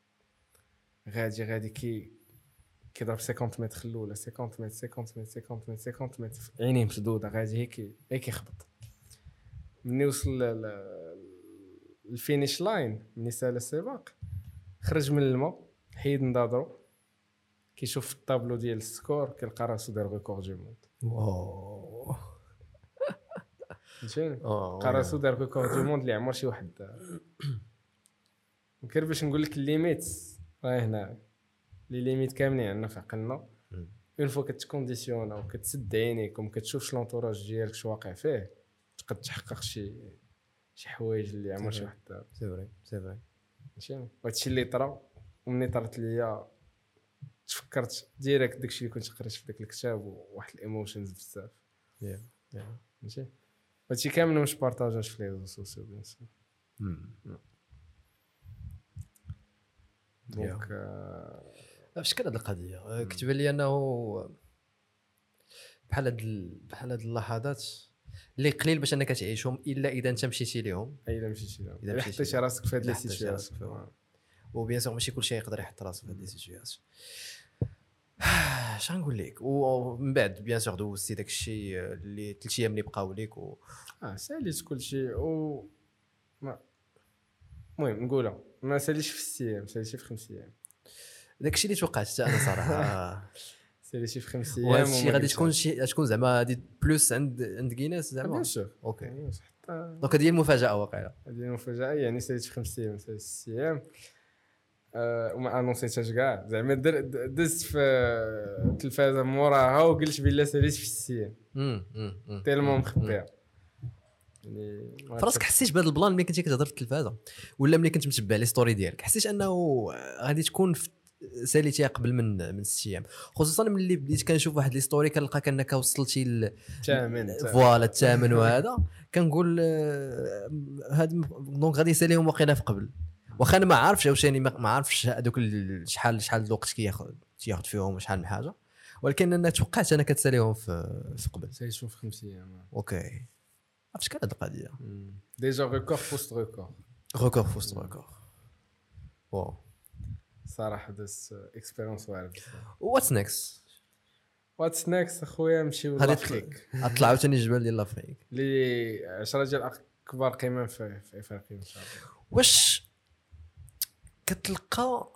غادي كيضرب 50 متر الاولى 50 متر عينيه مسدوده غادي هيك يخبط. مني وصل الفينيش لاين مني سال السباق خرج من الماء حيد نضاضرو كيشوف الطابلو ديال السكور كيلقى راسو دار ريكورد دو موند. واو فهمتيني لقى راسو دار ريكورد دو موند اللي عمر شي واحد دار. غير باش نقول لك الليميت راه هنا لي ليميت كاملين عندنا في عقلنا. اون فوا كتكونديسيونا وكتسد عينيك وما كتشوفش لونطوراج ديالك شو واقع فيه تقدر تحقق شي حوايج اللي عمر شي واحد دار. سي فري ماشي هادشي اللي طرا. ومني طرات ليا تفكرت ديريكت داكشي اللي كنت قريت في داك الكتاب وواحد الايموشنز بزاف. ماشي هادشي كامل مش بارطاجاش في لي ريزو سوسيو بيان سور. دونك فاش هاد القضيه كتب لي انه بحال هاد اللحظات اللي قليل باش انك تعيشهم الا اذا انت مشيتي ليهم. الا مشيتي ليهم الا حطيتي راسك في هاد لي سيتوياسيون. وبيان سور ماشي كلشي يقدر يحط راسو في هاد لي سيتوياسيون. اش غنقول لك ومن بعد بيان سور دوزتي داكشي اللي 3 ايام اللي بقاو ليك ساليت كلشي المهم نقولها ما ساليش في 6 ايام ساليت في 5 ايام. داكشي اللي توقعت حتى انا صراحه. ساليت في 5 ايام. وهادشي غادي تكون زعما هادي بلوس عند كيناس زعما. بيان سور اوكي دونك هذه هي المفاجاه واقيلا. هذه المفاجاه يعني ساليت في 5 ايام ساليت 6 ايام. وما انونسيتهاش كاع زعما دزت في التلفازه موراها وقلت بلا ساليت في 6 ايام تيلمون مخبيه. يعني فراسك حسيت بهذا البلان ملي كنتي كتهضر في التلفازه ولا ملي كنت متبع لي ستوري ديالك حسيت انه غادي تكون ساليتيها قبل من 6 ايام خصوصا ملي بديت كنشوف واحد لي ستوري كنلقى انك وصلتي الثامن فوالا الثامن وهذا كنقول هاد دونك غادي يساليهم واقيلا في قبل. واخا انا ما عارفش عاوتاني ما عارفش هذوك شحال الوقت كياخذ فيهم شحال من حاجه ولكن انا توقعت انا كتساليهم في قبل. ساليتهم في 5 ايام. اوكي عرفتش كان هاد القضيه ديجا ريكور فوست ريكور. واو صراحه داز اكسبيريونس واعره. واتس نيكست اخويا نمشيو لافريك. طلع عاوتاني الجبال ديال لافريك اللي 10 ديال اكبر قمم في افريقيا ان شاء الله. واش كتلقى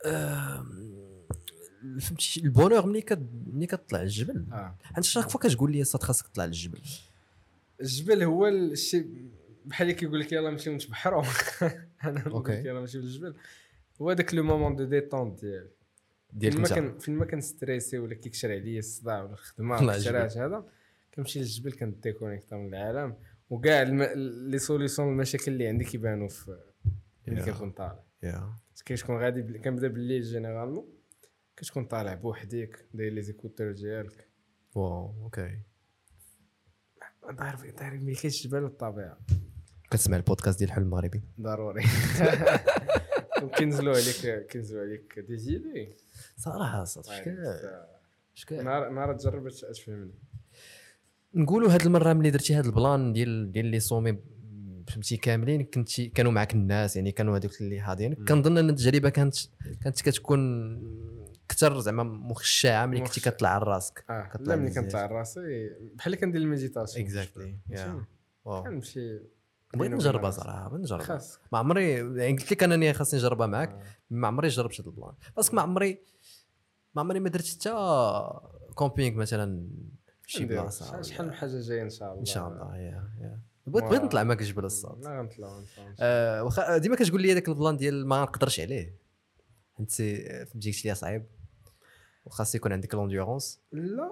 فهمتي البونور ملي كتطلع الجبل؟ انت شاك فوا كتقول لي صات خاصك تطلع للجبل. الجبل هو الشيء بحال اللي كيقول لك يلاه نمشيو نتبحروا. انا نقول لك يلاه نمشيو للجبل. هو داك لو مومون دو ديتونت ديالك فين ما كنستريسي ولا كيكشر عليا الصداع ولا الخدمه الكراج هذا كنمشي للجبل كنديكونيكتا من العالم وكاع لي سوليسيون المشاكل اللي عندي كيبانوا في ملي كنكون طالع. كتكون غادي كنبدا بالليل جينيرالمون كتكون طالع بوحديك داير لي زيكوتور ديالك. واو اوكي داير ملي كاينش الجبال والطبيعه كتسمع البودكاست ديال الحلم المغربي ضروري. كنزلوا عليك دي زيدي صراحه شكون نهار تجرب تفهمني. نقولوا هاد المره ملي درتي هاد البلان ديال لي سومي فهمتي كاملين كانوا معك الناس يعني كانوا هذوك اللي هادين كنظن ان التجربه كانت كتكون اكثر زعما مخشعه ملي كنتي كطلع على راسك. لا ملي كنطلع على راسي بحال اللي كندير الميديتاسيون اكزاكتلي كنمشي بغيت نجربها صراحه ما عمري يعني قلت لك انني خاصني نجربها معك ما عمري جربت هذا البلان باسكو ما عمري ما درت حتى كومبينغ مثلا شي بلاصه شحال من حاجه جايه ان شاء الله يا بغيت نطلع معك الجبل الصاد. لا غنطلعوا واخا ديما كتقول لي داك البلان ديال ما نقدرش عليه انت فهمتي قلت لي صعيب وخاص يكون عندك لونديورونس. لا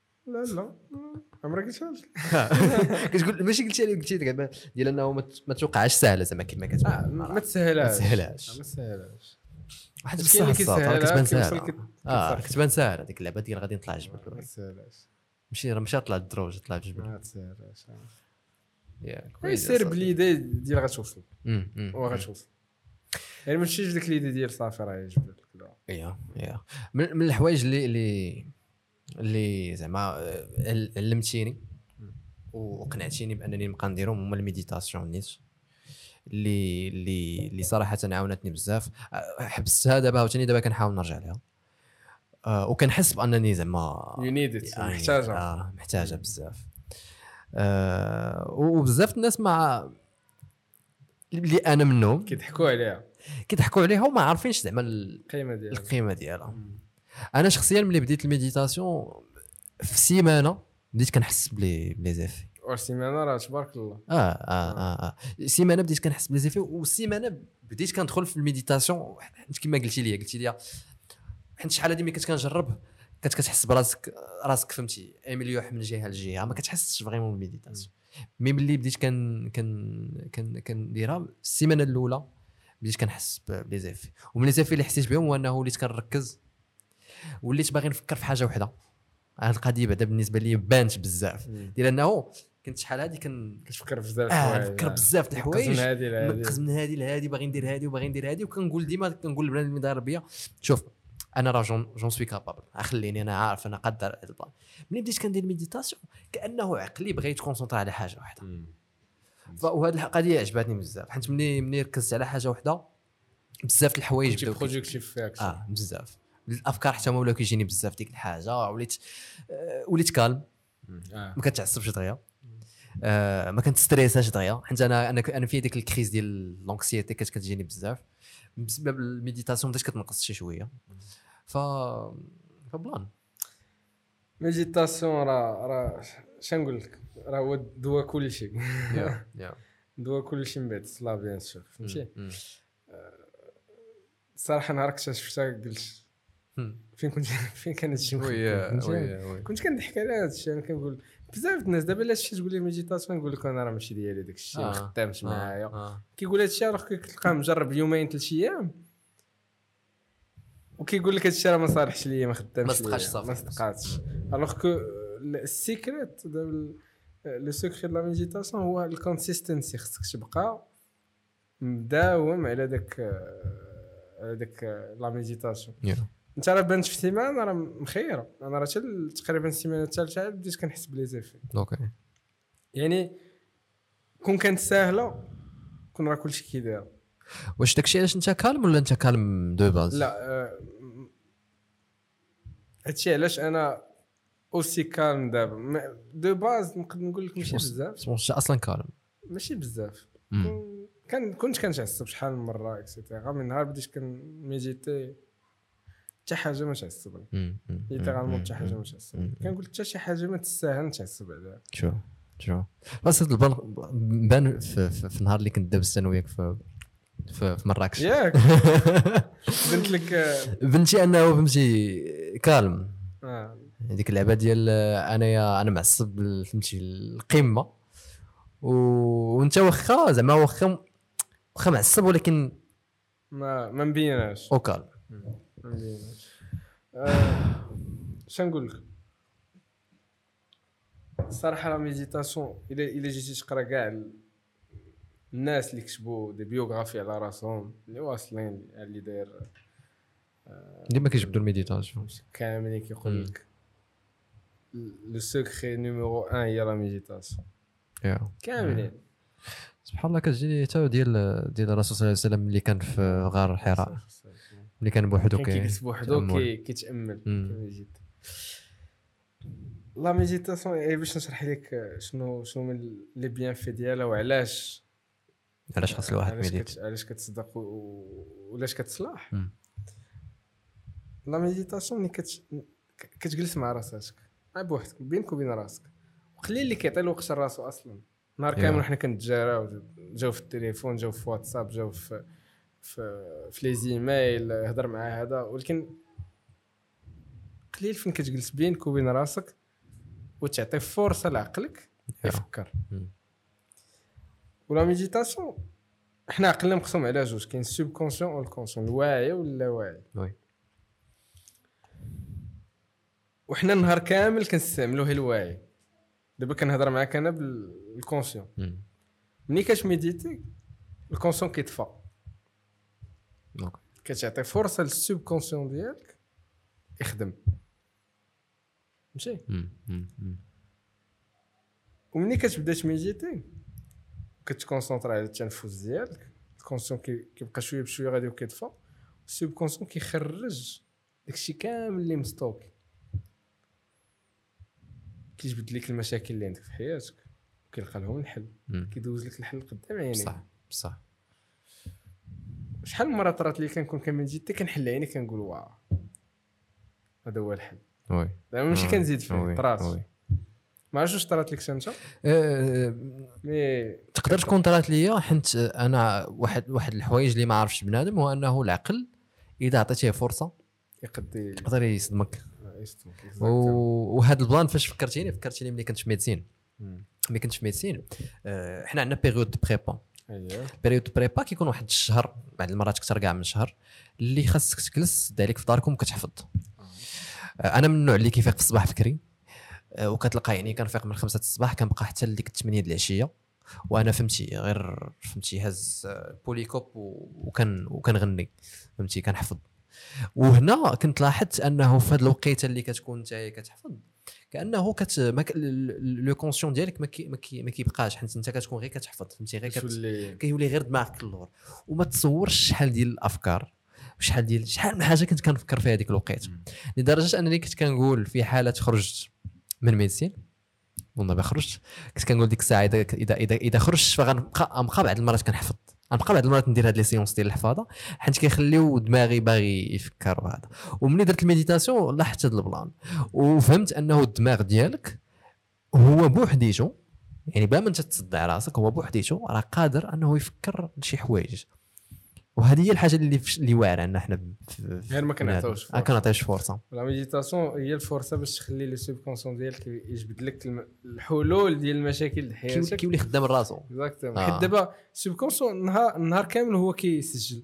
عمرك قلتهاش. كتقول ماشي قلتي لي دابا ديال انه ما توقعش سهله زعما كما كتقول. ما تسهلهاش واحد كاين اللي كيسهلها كتبان كيوصل ساهله كتبان ساهله هذيك اللعبه ديال غادي نطلع الجبل ما تسهلهاش ماشي طلع الدروج طلع الجبل ما تسهلهاش ياك سير بليدي ديال غتوصل وغتوصل يعني ماشي ديك ليدي ديال صافي راه جبل كذا يا من الحوايج اللي زعما علمتيني وقنعتيني بانني نبقى نديرهم هما الميديتاسيون نيت اللي صراحه عاونتني بزاف. حبستها دابا عاوتاني دابا كنحاول نرجع لها وكنحس بانني زعما محتاجه بزاف. وبزاف الناس مع اللي انا منهم كيضحكوا عليها وما عارفينش زعما القيمه ديالها. انا شخصيا ملي بديت الميديتاسيون في سيمانه بديت كنحس بلي زيفي سيمانه راه تبارك الله. سيمانه بديت كنحس بلي زيفي وسيمانه بديت كندخل في الميديتاسيون كما قلتي لي حيت شحال هادي ملي كنت كنجرب كنت كتحس براسك فهمتي امليوح من جهه لجهه ما كتحسش فريمون بالميديتاسيون. مي ملي بديت كنديرها السيمانه الاولى بديت كنحس بلي زيفي وملي زيفي اللي حسيت بهم هو انه وليت كنركز وليت باغي نفكر في حاجه وحده. هاد القضيه بعدا بالنسبه لي بانت بزاف ديال انه كنت شحال هادي كتفكر بزاف الحوايج نفكر بزاف د الحوايج نقز من هادي لهادي باغي ندير هادي وباغي ندير هادي وكنقول ديما كنقول للبنات اللي داير بيا شوف انا راه جون سوي كابابل خليني انا عارف انا قادر هذا البلان. ملي بديت كندير الميديتاسيون كانه عقلي بغى يتكونسونطرا على حاجه واحده وهذه القضيه عجبتني بزاف حيت ملي ركزت على حاجه واحده بزاف د الحوايج بداو برودكتيف فيك بزاف الافكار حتى هما ولاو كيجيني بزاف ديك الحاجه وليت كالم ما كتعصبش دغيا ما كنتستريساش دغيا حيت انا في ديك الكريز ديال لونكسيتي كتجيني بزاف بسبب الميديتاسيون بدات كتنقص شي شويه فبلان ميديتاسيون راه شنقول لك راه هو دوا كل شيء دوا كل شيء من بعد الصلاه بيان سور فهمتي. صراحه نهار اكتشفتها قلت فين كان هادشي كنت كنضحك على هادشي. انا كنقول بزاف الناس دابا لا شي تقول لي ميديتاسيون نقول لك انا راه ماشي ديالي داك الشيء ما خدامش معايا. كيقول هادشي راه كتلقاه مجرب يومين 3 ايام وكيقول لك هادشي راه ما صالحش ليا ما خدامش ليا ما صدقاتش. الوغ كو السيكريت دابا لو سيكريت دو لا ميديتاسيون هو الكونسيستنسي. خصك تبقى مداوم على داك لا ميديتاسيون. انت راه بانت في سيمانه راه مخيره. انا راه تقريبا السيمانه الثالثه بديت كنحس بلي زيفي يعني كون كانت ساهله كون راه كلشي كيدير. واش داكشي علاش انت كالم ولا انت كالم دو باز؟ لا هادشي علاش انا اوسي كالم دابا دو باز. نقدر نقول لك ماشي بزاف اصلا كالم ماشي بزاف. كنت كنتعصب شحال من مره اكسيتيرا من نهار بديت كنميديتي حتى حاجه ما تعصبني ليترالمون حتى حاجه ما تعصبني. كنقول حتى شي حاجه ما تستاهل نتعصب عليها. شو بس بان في النهار اللي كنت دابز انا وياك في مراكش ياك بنت لك بنتي انه فهمتي كالم هذيك اللعبه ديال انا معصب فهمتي القمه وانت واخا زعما واخا معصب ولكن ما مبيناش اوكال ما مبيناش. شنقول لك الصراحه لا ميديتاسيون الا جيتي تقرا كاع الناس اللي كتبوا دي بيوغرافي على راسهم اللي واصلين اللي داير ديما كيجبدوا الميديتاسيون كاملين كيقول لك لو سيكري نيميرو 1 هي لا ميديتاسيون كاملين. سبحان الله كتجيني حتى ديال الرسول صلى الله عليه وسلم اللي كان في غار الحراء اللي كان بوحدو كيتامل لا ميديتاسيون. باش نشرح لك شنو من لي بيان في ديالها وعلاش خاص الواحد ميديت علاش كتصدق وعلاش كتصلاح. لا ميديتاسيون ملي كتجلس مع راسك بوحدك بينك وبين راسك وقليل اللي كيعطي الوقت لراسو اصلا. نهار كامل حنا كنتجاراو جاو في التليفون جاو في واتساب جاو في لي زيميل هضر مع هذا ولكن قليل فين كتجلس بينك وبين راسك وتعطي فرصه لعقلك يفكر. ولا ميديتاسيون احنا عقلنا مقسوم على جوج، كاين السوب كونسيون والكونسيون، الواعي واللاواعي. وي وحنا النهار كامل كنستعملوه الواعي. دابا كنهضر معاك انا بالكونسيون، ملي كتميديتي الكونسيون كيطفى، كتعطي فرصه للسوب كونسيون ديالك يخدم. ماشي ومني كتبدا تميديتي كتكونسونطرا على التنفس ديالك، الكونسيون كيبقى شويه بشويه غادي وكيطفى، السوب كونسيون كيخرج داكشي كامل اللي مستوكي، كيجبد لك المشاكل اللي عندك في حياتك وكيلقى لهم الحل، كيدوز لك الحل قدام عينيك. بصح شحال من مره طرات لي كنكون كميديتي كنحل عيني كنقول واو هذا هو الحل. وي ماشي كنزيد فيه طرات. ما عرفتش واش طرات لك انت. مي تقدر تكون طرات ليا حيت انا واحد الحوايج اللي ما عرفش بنادم هو انه العقل اذا عطيتيه فرصه يقدر يصدمك. وهذا البلان فاش فكرتيني ملي كنت في ميديسين. حنا عندنا بيريود بريبا. بيريود بريبا كيكون واحد الشهر، بعض المرات اكثر كاع من شهر، اللي خاصك تجلس دالك في داركم كتحفظ. انا من النوع اللي كيفيق في الصباح بكري، وكتلقى يعني كنفيق من 5 الصباح كنبقى حتى لديك 8 د العشيه، وانا فهمتي هز بوليكوب وكنغني، فهمتي كنحفظ. وهنا كنت لاحظت انه في هذه الوقيته اللي كتكون نتايا كتحفظ كانه لو كونسيون ديالك ما كيبقاش، حيت انت كتكون غير كتحفظ، فهمتي غير كيولي غير دماغك اللور، وما تصورش شحال ديال الافكار شحال من حاجه كنت كنفكر فيها هذيك الوقيته، لدرجه انني كنت كنقول في حاله خرجت من ميديسين والله خرجت، كنت كنقول ديك الساعه اذا خرجت فغنبقى بعض المرات كنحفظ، غنبقى بعض المرات ندير هاد لي سيونس ديال الحفاظه حيت كيخليو دماغي باغي يفكر وهذا. وملي درت الميديتاسيون لاحظت هاد البلان وفهمت انه الدماغ ديالك هو بوحديته، يعني بلا ما انت تصدع راسك، هو بوحديته راه قادر انه يفكر شي حوايج. وهذه هي الحاجه اللي واعره حنا غير ما كنعطيوش فرصه. لا ميديتاسيون هي الفرصه باش تخلي لي سوب كونسون ديالك يجبد لك الحلول ديال المشاكل ديال حياتك، كيولي خدام راسو. اكزاكتومون. حيت دابا سوب كونسون النهار كامل هو كيسجل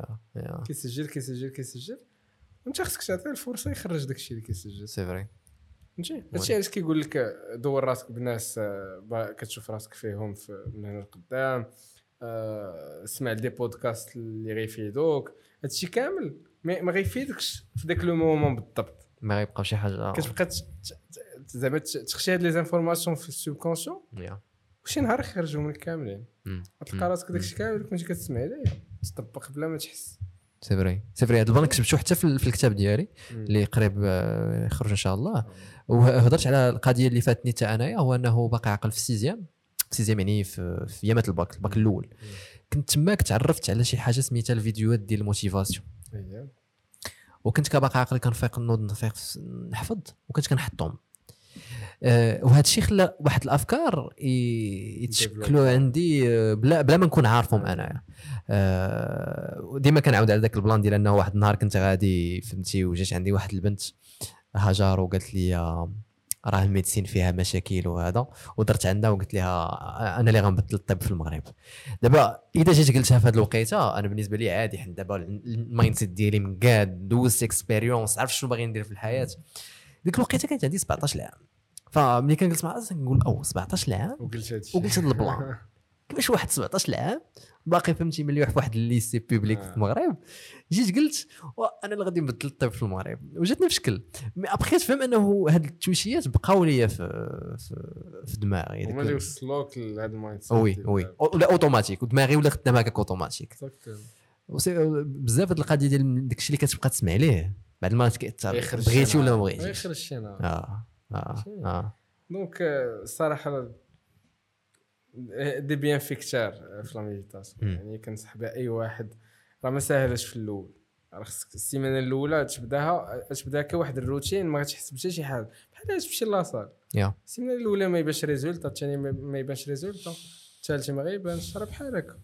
كيسجل وانت خصك تعطيه الفرصه يخرج داكشي اللي كيسجل. سي فري. فهمتي هادشي علاش كيقول لك دور راسك بناس كتشوف راسك فيهم من هنا لقدام، اسمع دي بودكاست اللي غيفيدوك. هادشي كامل ما غيفيدكش في داك لو مومون بالضبط، ما غيبقى شي حاجه كتبقى زعما تخشي هاد لي زانفورماسيون في السوب كونسيون وشي نهار يخرجوا منك كاملين، تلقى راسك داكشي كامل كنتي كتسمع عليه تطبق بلا ما تحس. سي فري هذا البلان كتبتو حتى في الكتاب ديالي اللي قريب يخرج ان شاء الله. وهضرت على القضيه اللي فاتني حتى انايا، هو انه باقي عاقل في السيزيام يعني في يامات الباك الاول كنت تماك تعرفت على شي حاجه سميتها الفيديوهات ديال الموتيفاسيون. وكنت كباقي عاقل كنفيق نفيق نحفظ وكنت كنحطهم. وهذا الشيء خلى واحد الافكار يتشكلوا عندي بلا ما نكون عارفهم انا. ديما كنعاود على ذاك البلان ديال انه واحد النهار كنت غادي فهمتي وجات عندي واحد البنت هاجر وقالت لي راه الميديسين فيها مشاكل وهذا، ودرت عندها وقلت لها انا اللي غنبدل الطب في المغرب. دابا اذا جيت قلتها في هذه الوقيته انا بالنسبه لي عادي، حيت دابا المايند سيت ديالي منقاد دوزت اكسبيريونس عرفت شنو باغي ندير في الحياه. ديك الوقيته كانت عندي 17 عام، فملي كنجلس مع راسي كنقول 17 عام وقلت هذا البلان كيفاش واحد 17 عام باقي فهمتي مليوح في واحد الليسي بوبليك في المغرب. جيت قلت انا اللي غادي نبدل الطب في المغرب وجاتني في شكل. مي ابخي تفهم انه هاد التويشيات بقاو ليا في دماغي هما اللي وصلوك لهاد المايند سيت. وي ولا اوتوماتيك ودماغي ولا خدام هكاك اوتوماتيك. بزاف هاد القضيه ديال داكشي اللي كتبقى تسمع ليه بعد المرات كيتاثر بغيتي ولا ما بغيتيش يخرج شينا. دونك الصراحه دي بيان في كثار في لا ميديتاسيون، يعني كنصح بها اي واحد. راه ما ساهلش في الاول، راه خصك السيمانه الاولى تبداها كواحد الروتين ما غاتحس بحتى شي حاجه بحال تمشي لاصال. السيمانه الاولى ما يبانش ريزولتا، الثاني ما يبانش ريزولتا، الثالثه ما غيبانش، راه بحال هكا.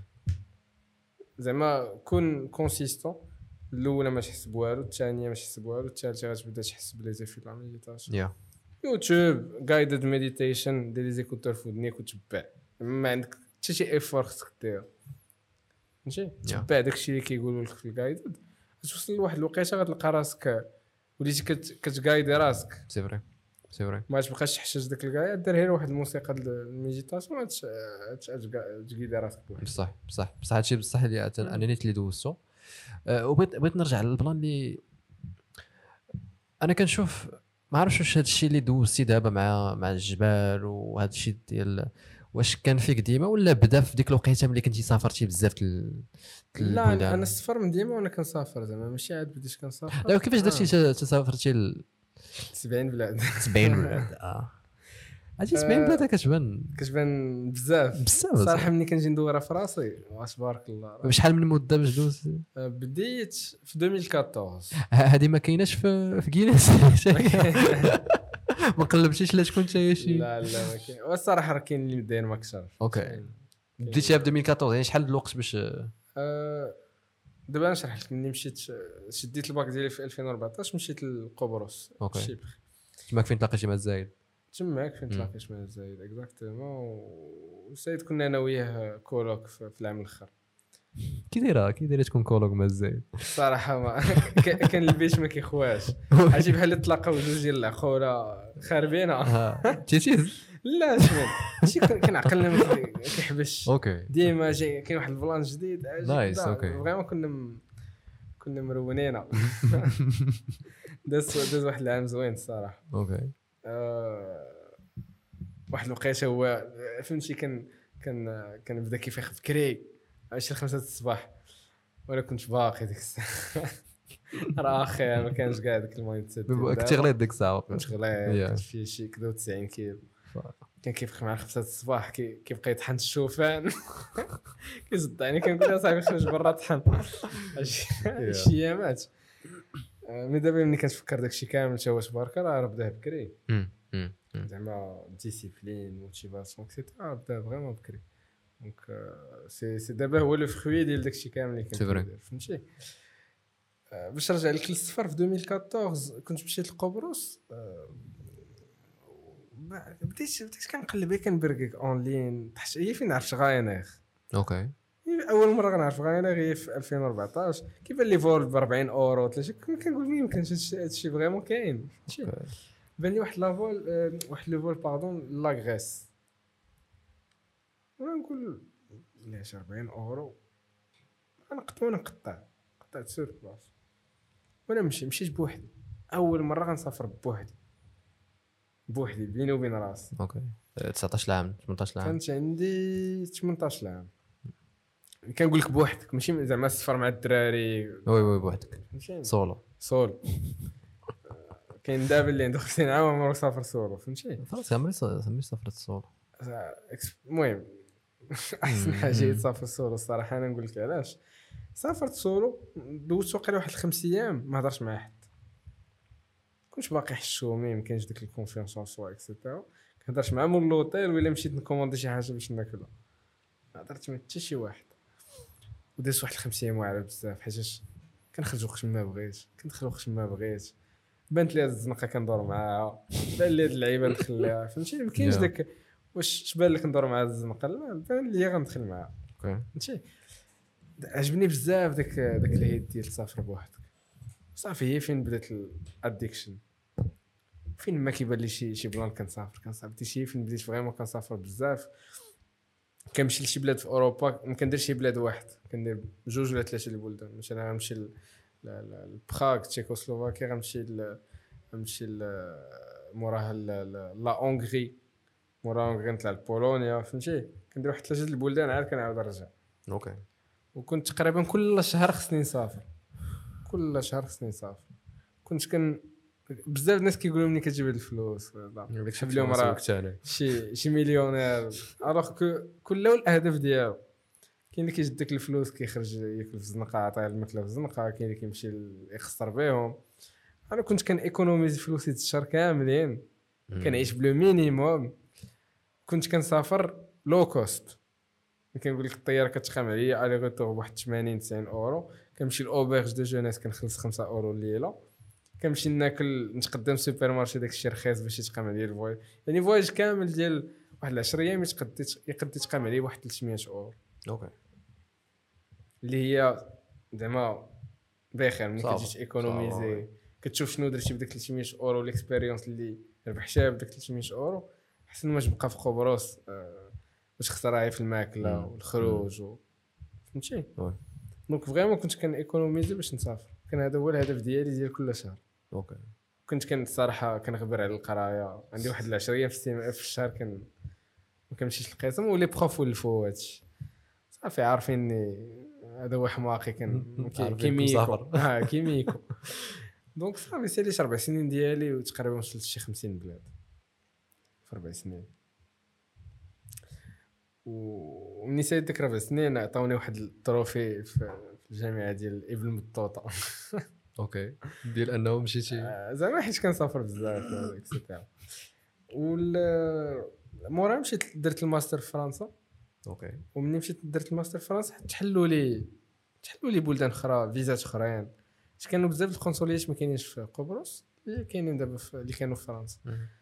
زعما كون كونسيستون. الاولى ما تحس بوالو، الثانيه ما تحس بوالو، الثالثه غتبدا تحس بلي زيفي لا ميديتاسيون. يوتيوب جايدد ميديتيشن دير لي زيكوتور في ودنيك وتبع، ما عندك حتى شي ايفور خصك دير. فهمتي تبع داكشي اللي كيقولوا لك في الجايد توصل لواحد الوقيته غتلقى راسك وليتي كتجايدي راسك سي فري ما تبقاش تحشش داك الجايد دير غير واحد الموسيقى الميديتاسيون تجايدي راسك بوحدك. بصح هادشي بصح اللي انا نيت اللي دوزتو. وبغيت نرجع للبلان اللي انا كنشوف ما عرفتش واش هادشي اللي دوزتي دابا مع الجبال وهذا الشيء ديال واش كان فيك ديما ولا بدا في ديك الوقيته ملي كنتي سافرتي بزاف لا انا السفر من ديما وانا كنسافر زعما ماشي عاد بديت كنسافر. لا كيفاش درتي تسافرتي 70 بلاد 70 بلاد هادشي 70 بلاد كتبان بزاف صراحه ملي كنجي ندورها في راسي واش بارك الله. بشحال من مده باش دوز؟ بديت في 2014. هذه ما كايناش في كينيس ما قلبتيش لا تكون حتى شي؟ لا ما كاين والصراحه راه كاين اللي مداين ما كثر. اوكي بديتيها في 2014 يعني شحال الوقت باش دابا نشرح لك. ملي مشيت شديت الباك ديالي في 2014 مشيت لقبرص شيبر. تماك فين تلاقيتي مع الزايد؟ تماك فين تلاقيت مع الزايد اكزاكتومون. والسيد كنا انا وياه كولوك في العام الاخر. كي دايره تكون كولوك مع الزايد؟ صراحه ما كان البيت ما كيخواش عجي بحال تلاقاو جوج ديال العقوله خاربينه تيتيز لا شمن ماشي كنعقلنا ما كيحبش. اوكي ديما جاي كاين واحد البلان جديد نايس. اوكي فريمون كنا مرونينا. داز واحد العام زوين الصراحه. اوكي واحد الوقيته هو فهمتي كان بدا كيفيق بكري 5 الصباح وانا كنت باقي ديك الساعه. راه اخي ما كانش كاع داك المايند سيت. كنت غليظ ديك الساعه. كنت غليظ كنت فيه شي كدا 90 كيلو. كان كيفيق مع 5 الصباح كيبقى يطحن الشوفان. كيصدعني كنقول له صاحبي خرج برا طحن شي ايامات. مي دابا ملي كنتفكر داكشي كامل تا واش بارك راه بدا بكري زعما ديسيبلين موتيفاسيون اكسيتيرا بدا فريمون بكري. دونك سي دابا هو لو فروي ديال داكشي كامل اللي كندير فهمتي. باش نرجع لك للسفر في 2014 كنت مشيت لقبرص. بديت كنقلب كنبركك اونلاين تحت هي فين عرفت غاينير. اوكي اول مره غنعرف غاينير هي في 2014 كيبان لي فول ب 40 اورو كنقول ما يمكنش هادشي فريمون كاين. بان لي واحد لافول واحد لو فول باردون لا غريس ونقول علاش 40 اورو نقطع سور بلاص وانا مشيت بوحدي. اول مره غنسافر بوحدي بيني وبين راسي. اوكي 19 عام 18 عام كانت عندي 18 عام. كنقول لك بوحدك ماشي زعما السفر مع الدراري. وي بوحدك سولو. كاين دابا اللي عنده 50 عام عمره سافر سولو فهمتي. خلاص عمري سافرت سولو. المهم احسن حاجه تسافر السولو الصراحه. انا نقول لك علاش سافرت سولو. دوزت واقيلا واحد 5 ايام ما هضرش مع حد. كنت باقي حشومي ما كاينش ديك الكونفيونس اون سوا اكسيتيرا. كنهضرش مع مول لوطيل ولا مشيت نكوموندي شي حاجه باش ناكلها. ما هضرت مع حتى شي واحد. ودازت واحد 5 ايام واعره بزاف حيتاش كنخرج وقت ما بغيت كندخل وقت ما بغيت. بانت لي هاد الزنقه كندور معاها بان لي هاد اللعيبه نخليها فهمتي. ما كاينش داك واش تبان لك ندور مع هاد الزنقه لا بان لي غندخل معاها فهمتي. عجبني بزاف داك الهيد ديال تسافر بوحدك صافي. هي فين بدات الاديكشن فين ما كيبان لي شي بلان كنسافر شي فين بديت فريمون كنسافر بزاف. كنمشي لشي بلاد في اوروبا ما كنديرش شي بلاد واحد كندير 2 ولا 3 البلدان. مثلا غنمشي لبراغ تشيكوسلوفاكيا غنمشي موراها لا اونغري موراها نطلع لبولونيا فهمتي. كندير واحد 3 البلدان عاد كنعاود نرجع. اوكي وكنت تقريبا كل شهر خصني نسافر. كنت بزاف الناس كيقولوا ملي كتجيب هاد الفلوس كتحب لهم راه شي مليونير. الوغ كل الاهداف ديالو كاين اللي كيجد ديك الفلوس كيخرج ياكل في الزنقه عطيه الماكله في الزنقه. كاين اللي كيمشي يخسر بهم. انا كنت ايكونوميزي فلوسي الشهر كاملين كنعيش بلو مينيموم. كنت كنسافر لو كوست. كنقول لك الطياره كتخام عليا الي غوتور بواحد 80 90 اورو. كنمشي لاوبرج دو جونيس كنخلص 5 اورو الليله. كنمشي ناكل نتقدم سوبر مارشي داكشي رخيص باش يتقام عليا الفواياج. يعني فواياج كامل ديال واحد 10 ايام يقد يتقام عليه واحد 300 اورو. اوكي اللي هي زعما بخير ملي صافي. كتجي ايكونوميزي كتشوف شنو درتي بداك 300 اورو الاكسبيريونس اللي ربحتها بداك 300 اورو احسن ما تبقى في قبرص باش خسراها في الماكله والخروج فهمتي. دونك فريمون كنت ايكونوميزي باش نسافر، كان هذا هو الهدف ديالي ديال كل شهر. اوكي كنت الصراحه كنغبر على القرايه، عندي واحد 10 ايام في الشهر ما كنمشيش القسم ولي بروف ولفوا هادشي صافي عارفيني هذا هو حماقي كيميكو كيميكو. دونك صافي ساليت 4 سنين ديالي وتقريبا وصلت شي 50 بلاد في 4 سنين. ومني ساليت ديك 4 سنين عطاوني واحد التروفي في الجامعه ديال ابن بطوطه. اوكي ديال انه مشيتي زعما حيت كنسافر بزاف اكسيتيرا. مورا مشيت درت الماستر في فرنسا. اوكي ومني مشيت درت الماستر في فرنسا تحلوا لي بلدان اخرى فيزات اخرين، حيت كانوا بزاف القنصليات ما كاينينش في قبرص اللي كاينين دابا اللي كانوا في فرنسا.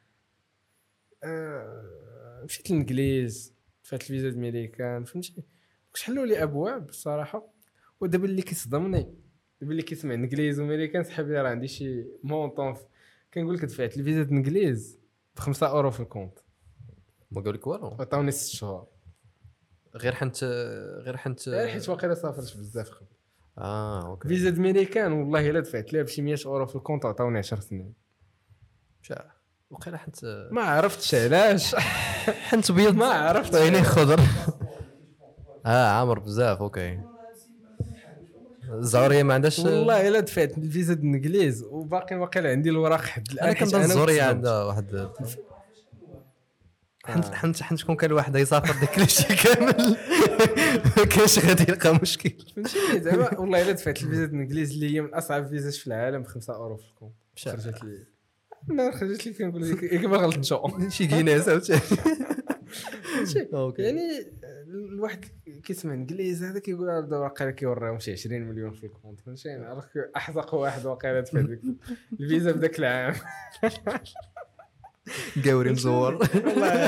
مشيت للانجليز فات الفيزا الميريكان فهمتي، حلوا لي ابواب الصراحه. ودابا اللي كيصدمني دابا اللي كيسمع انجليز وامريكان صحابي راه عندي شي مونطون كنقول لك دفعت الفيزا الانجليز ب 5 اورو في الكونت، ما قال لك والو عطاوني 6 شهور غير حنت حيت واقيلا سافرت بزاف قبل. اوكي فيزا امريكان والله الا دفعت لها بشي 100 اورو في الكونت عطاوني 10 سنين. وقيلا حنت ما عرفتش علاش حنت بيض ما عرفتش عيني خضر. عامر بزاف. اوكي الزهريه ما عندهاش والله الا دفعت الفيزا الانجليز وباقي واقيلا عندي الوراق حد الان. انا كنظن الزهريه عندها واحد حنت شكون كان واحد يسافر داك الشيء كامل ما كاينش غادي يلقى مشكل فهمتي. زعما والله الا دفعت الفيزا الانجليز اللي هي من اصعب فيزاش في العالم ب 5 اورو في الكونت خرجت لي. ما خرجت لي كنقول لك ما غلطتش شي كيناس عاوتاني. يعني الواحد كيسمع انجليز هذا كيقول هذا واقيلا كيوريهم شي 20 مليون في الكونت فهمتي. عرفت احزق واحد واقيلا دفع ديك الفيزا بداك العام قاوري مزور والله.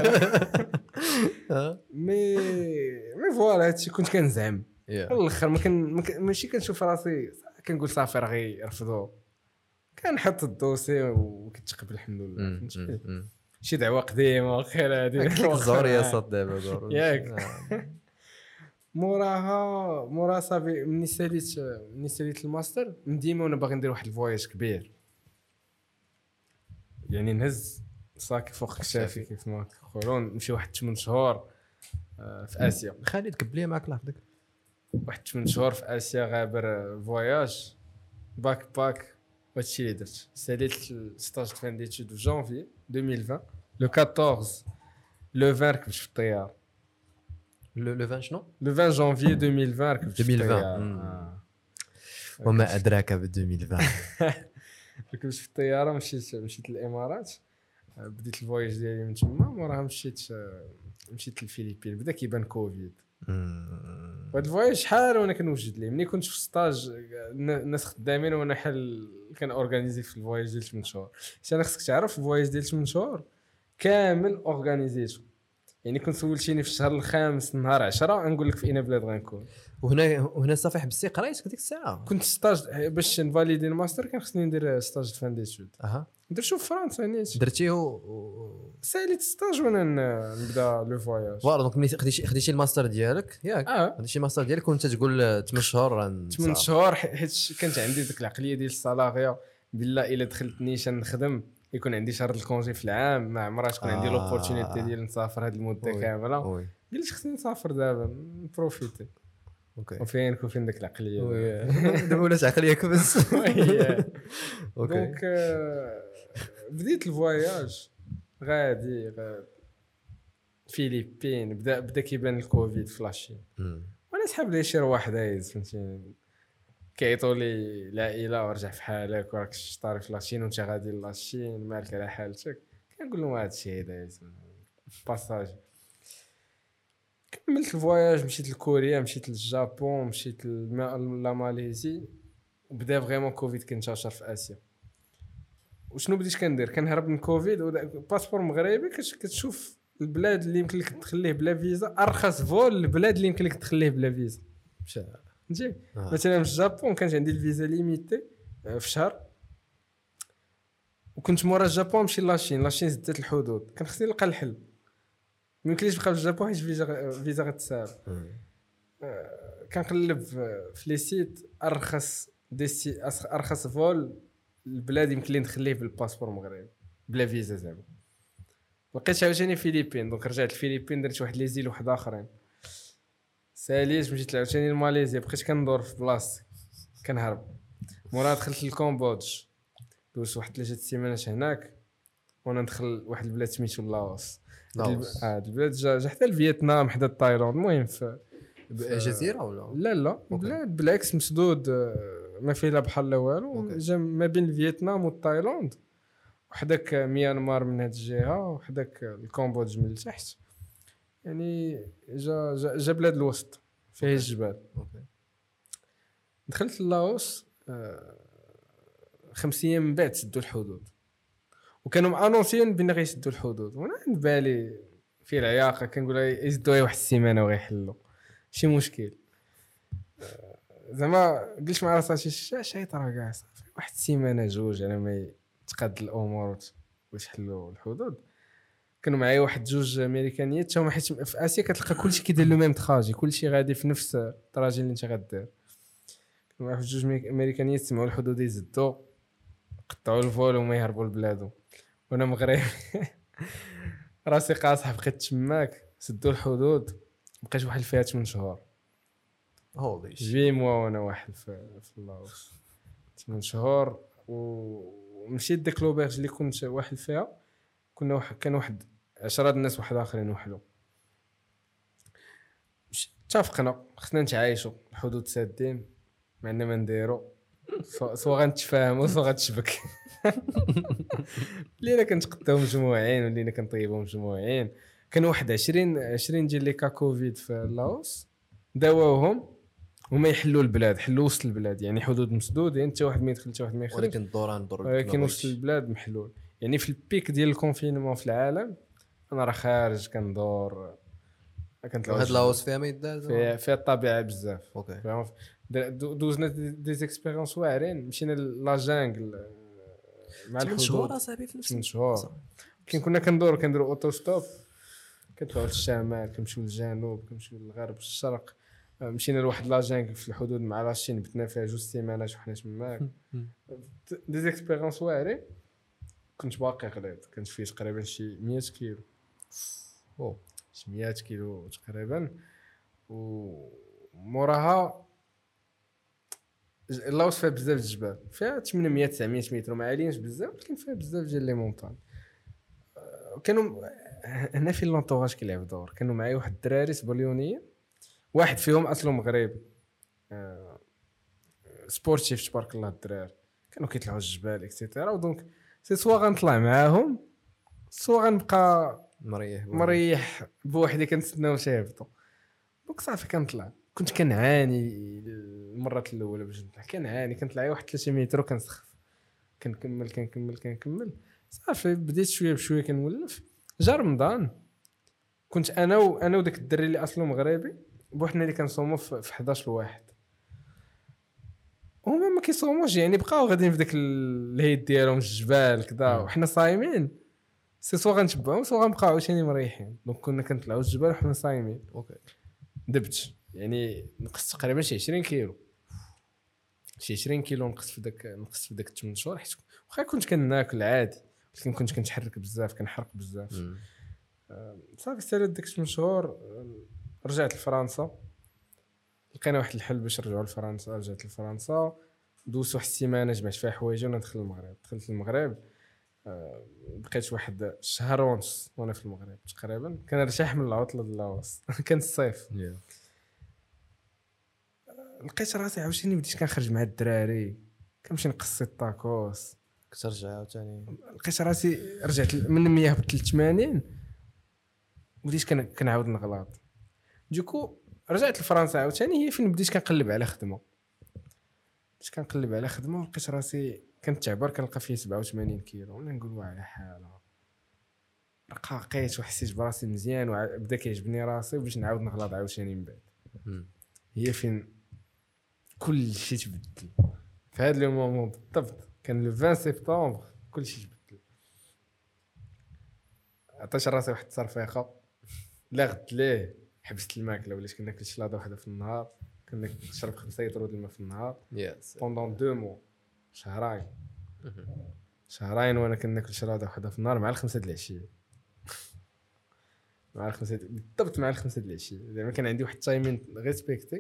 مي فوالا هادشي كنت كنزعم الاخر ماشي كنشوف راسي كنقول صافي راه غيرفضوا، كنحط الدوسي وكتقبل الحمد لله فهمتي. شي دعوه قديمه واخيرا هذه الزهريه صاد دابا ياك. موراها صافي مني ساليت الماستر من ديما وانا باغي ندير واحد الفواياج كبير، يعني نهز صاكي فوق كتافي كيف ما كيقولون نمشي واحد 8 شهور في اسيا. خالد كبليه معاك لحظك واحد 8 شهور في اسيا غابر فواياج باك. وهادشي اللي درت. ساليت ستاج فان ديتود في جانفي 2020 لو 14 لو 20 ركبت في الطياره. لو 20 شنو لو 20 جانفي 2020 ركبت في 2020 وما ادراك ب 2020 ركبت في الطياره مشيت للامارات. بديت الفواياج ديالي من تما. موراها مشيت للفلبين بدا كيبان كوفيد. وهاد الفواياج شحال وانا كنوجد ليه ملي كنت في ستاج الناس خدامين وانا حل كان اورغانيزي في الفواياج ديال 8 شهور. انا خصك تعرف الفواياج ديال 8 شهور كامل اورغانيزيتو، يعني كنت سولتيني في الشهر الخامس نهار 10 نقول لك في اين بلاد غنكون. وهنا صافي حبستي قرايتك ديك الساعه. كنت ستاج باش نفاليدي الماستر كان خصني ندير ستاج فان ديتود. درتو في فرنسا نيت درتيه ساليت ستاج وانا نبدا لو فواياج. فوالا دونك ملي خديتي الماستر ديالك ياك خديتي الماستر ديالك وانت تقول 8 شهور 8 شهور حيت كانت عندي ديك العقليه ديال الصلاغيه بالله الا دخلت نيشان نخدم يكون عندي شهر الكونجي في العام ما عمرها تكون عندي لوبورتونيتي ديال نسافر هذه المده كامله. قلت خصني نسافر دابا نبروفيتي. اوكي وفين ديك العقليه دابا ولات عقليه كبس. دونك بديت الفواياج غادي فيليبين بدا كيبان الكوفيد فلاشين وانا سحب لي شي رواح دايز فهمتيني كيعيطوا لي العائله ورجع في حالك وراك طاري في لاشين وانت غادي لاشين مالك على حالتك. كنقول لهم هذا الشيء دايز باساج. كملت الفواياج مشيت لكوريا مشيت للجابون مشيت لماليزي وبدا فريمون كوفيد كينتشر في اسيا. وشنو بديت كندير كنهرب من كوفيد باسبور مغربي كتشوف البلاد اللي يمكن لك تدخل ليه بلا فيزا ارخص فول البلاد اللي يمكن لك تدخل ليه بلا فيزا. فهمتي. مثلا في الجابون كانت عندي الفيزا ليميتي في شهر، وكنت مورا الجابون نمشي لاشين زدت الحدود، كان خصني نلقى الحل. ما يمكنليش نبقى في الجابون حيت فيزا غتسال. كنقلب في لي سيت ارخص فول البلاد يمكن لي ندخل ليه بالباسبور مغربي بلا فيزا زعما. لقيت عاوتاني فيليبين، دونك رجعت الفيليبين درت واحد لي زيل واحد اخرين ساليت، مشيت عاوتاني لماليزيا، بقيت كندور في بلاصتي كنهرب. مورا دخلت للكمبودج، دوزت واحد 3 سيمانات هناك، وانا ندخل واحد البلاد سميتو لاوس. هاد البلاد جا حتى لفيتنام حدا تايلاند، المهم في جزيره ولا لا بلاد بالعكس مسدود، ما فيه لا بحر لا والو، جا ما بين فيتنام وتايلاند، وحداك ميانمار من هاد الجهه، وحداك الكمبودج من التحت، يعني جا بلاد الوسط فيه الجبال. دخلت لاوس 5 ايام من بعد سدوا الحدود، وكانوا مانونسيين بان غيسدوا الحدود، وانا عند بالي في العياقه كنقول يسدوا واحد السيمانه وغيحلوا شي مشكل. زعما قلت مع راسي شي طرا كاع صافي واحد السيمانه جوج على ما تقاد الامور ويحلوا الحدود. كانوا معايا واحد جوج امريكانيات، هما حيت في اسيا كتلقى كلشي كيدير لو ميم تراجي، كلشي غادي في نفس التراجي اللي انت غدير. كانوا واحد جوج امريكانيات سمعوا الحدود يزدوا، قطعوا الفول وما يهربوا لبلادهم، وانا مغربي راسي قاصح بقيت تماك. سدوا الحدود، بقيت واحد فيها 8 شهور. هولي جي موا وانا واحد في لاوس 8 شهور. ومشيت ديك لوبيرج اللي كنت واحد فيها، كان واحد 10 الناس واحد اخرين وحلو. اتفقنا خصنا نتعايشوا، الحدود سادين، ما عندنا ما نديرو، سوا غنتفاهموا سوا غتشبك. لينا كنتقداو مجموعين ولينا كنطيبوا مجموعين. كان واحد 20 ديال لي كا كوفيد في لاوس، داواوهم وما يحلوا البلاد، حلوا وسط البلاد، يعني حدود مسدود، يعني حتى واحد ما يدخل حتى واحد ما يخرج، ولكن الدوران ولكن وسط البلاد محلول. يعني في البيك ديال الكونفينمون في العالم انا راه خارج كندور، كنطلع هاد لاوس فيها ما يداز فيها الطبيعه بزاف. اوكي دوزنا دي زيكسبيريونس واعرين، مشينا لا جانجل مع الحدود 8 شهور اصاحبي في نفس 8 شهور. كنا كنديروا اوتوستوب، كنطلعوا للشمال كنمشيو للجنوب كنمشيو للغرب للشرق. مشينا لواحد لا جانجل في الحدود مع لاشين، بتنا فيها 2 سيمانات وحنا تماك. دي زيكسبيريونس واعرين. كنت باقي غليظ، كنت فيه تقريبا شي 100 كيلو، شي 100 كيلو تقريبا. وموراها لاوس فيها بزاف الجبال، فيها 800 900 متر، ما عاليينش بزاف ولكن فيها بزاف ديال لي مونطان. كانوا هنا في لونطوراج كيلعب دور. كانوا معايا واحد الدراري سبوليونيين، واحد فيهم اصله مغربي، سبورتيف تبارك الله. الدراري كانوا كيطلعوا الجبال اكسيتيرا، ودونك سي سوا غنطلع معاهم سوا غنبقى مريح بوحدي كنتسناو شي يهبطوا. دونك صافي كنطلع. كنت كنعاني المرات الاولى باش نطلع، كنعاني كنطلع واحد 3 متر وكنسخف، كنكمل صافي. بديت شويه بشويه كنولف. جا رمضان، كنت انا وداك الدري اللي اصله مغربي بوحنا اللي كنصوموا في 11 لواحد. هما ما كيصوموش، يعني بقاو غاديين في داك الهيد ديالهم الجبال كذا، وحنا صايمين. سي سوا غنتبعوا سوا غنبقاو عاوتاني مريحين. دونك كنا كنطلعوا الجبال وحنا صايمين. اوكي دبت يعني نقصت تقريبا شي 20 كيلو، شي 20 كيلو نقصت في داك 8 شهور، حيت واخا كنت كناكل عادي ولكن كنت كنتحرك بزاف، كنحرق بزاف. صافي سالت داك 8 شهور. رجعت لفرنسا، لقينا واحد الحل باش نرجعوا لفرنسا. رجعت لفرنسا، دوزت واحد السيمانه جمعت فيها حوايجي وندخل المغرب. دخلت المغرب، بقيت واحد شهر ونص وانا في المغرب تقريبا. كنرتاح من العطله ديال لاوس. كان الصيف. لقيت راسي عاوتاني بديت كنخرج مع الدراري، كنمشي نقصي الطاكوس، كترجع عاوتاني. لقيت راسي رجعت من 100 هبطت ل 80، بديت كنعاود نغلط. دوكو رجعت لفرنسا عاوتاني، هي فين بديت كنقلب على خدمه. ولقيت راسي كنتعبر، كنلقى فيه 87 كيلو، ولا نقول واه على حاله. رقاقيت وحسيت براسي مزيان، وبدا كيعجبني راسي باش نعاود نغلط عاوتاني من بعد. هي فين كل شيء تبدل في هذا لو مومون بالضبط. كان لو 20 سبتمبر كل شيء تبدل. عطيت راسي واحد التصرفيقه لا غدت ليه، حبست الماكله وليت كناكل شلاضه واحده في النهار، كنشرب 5 لتر د الماء في النهار بوندون 2 مو شهرين وانا كناكل شلاضه واحده في النهار مع الخمسه د العشيه. مع الخمسه بالضبط مع الخمسه د العشيه زعما كان عندي واحد التايمين ريسبكتي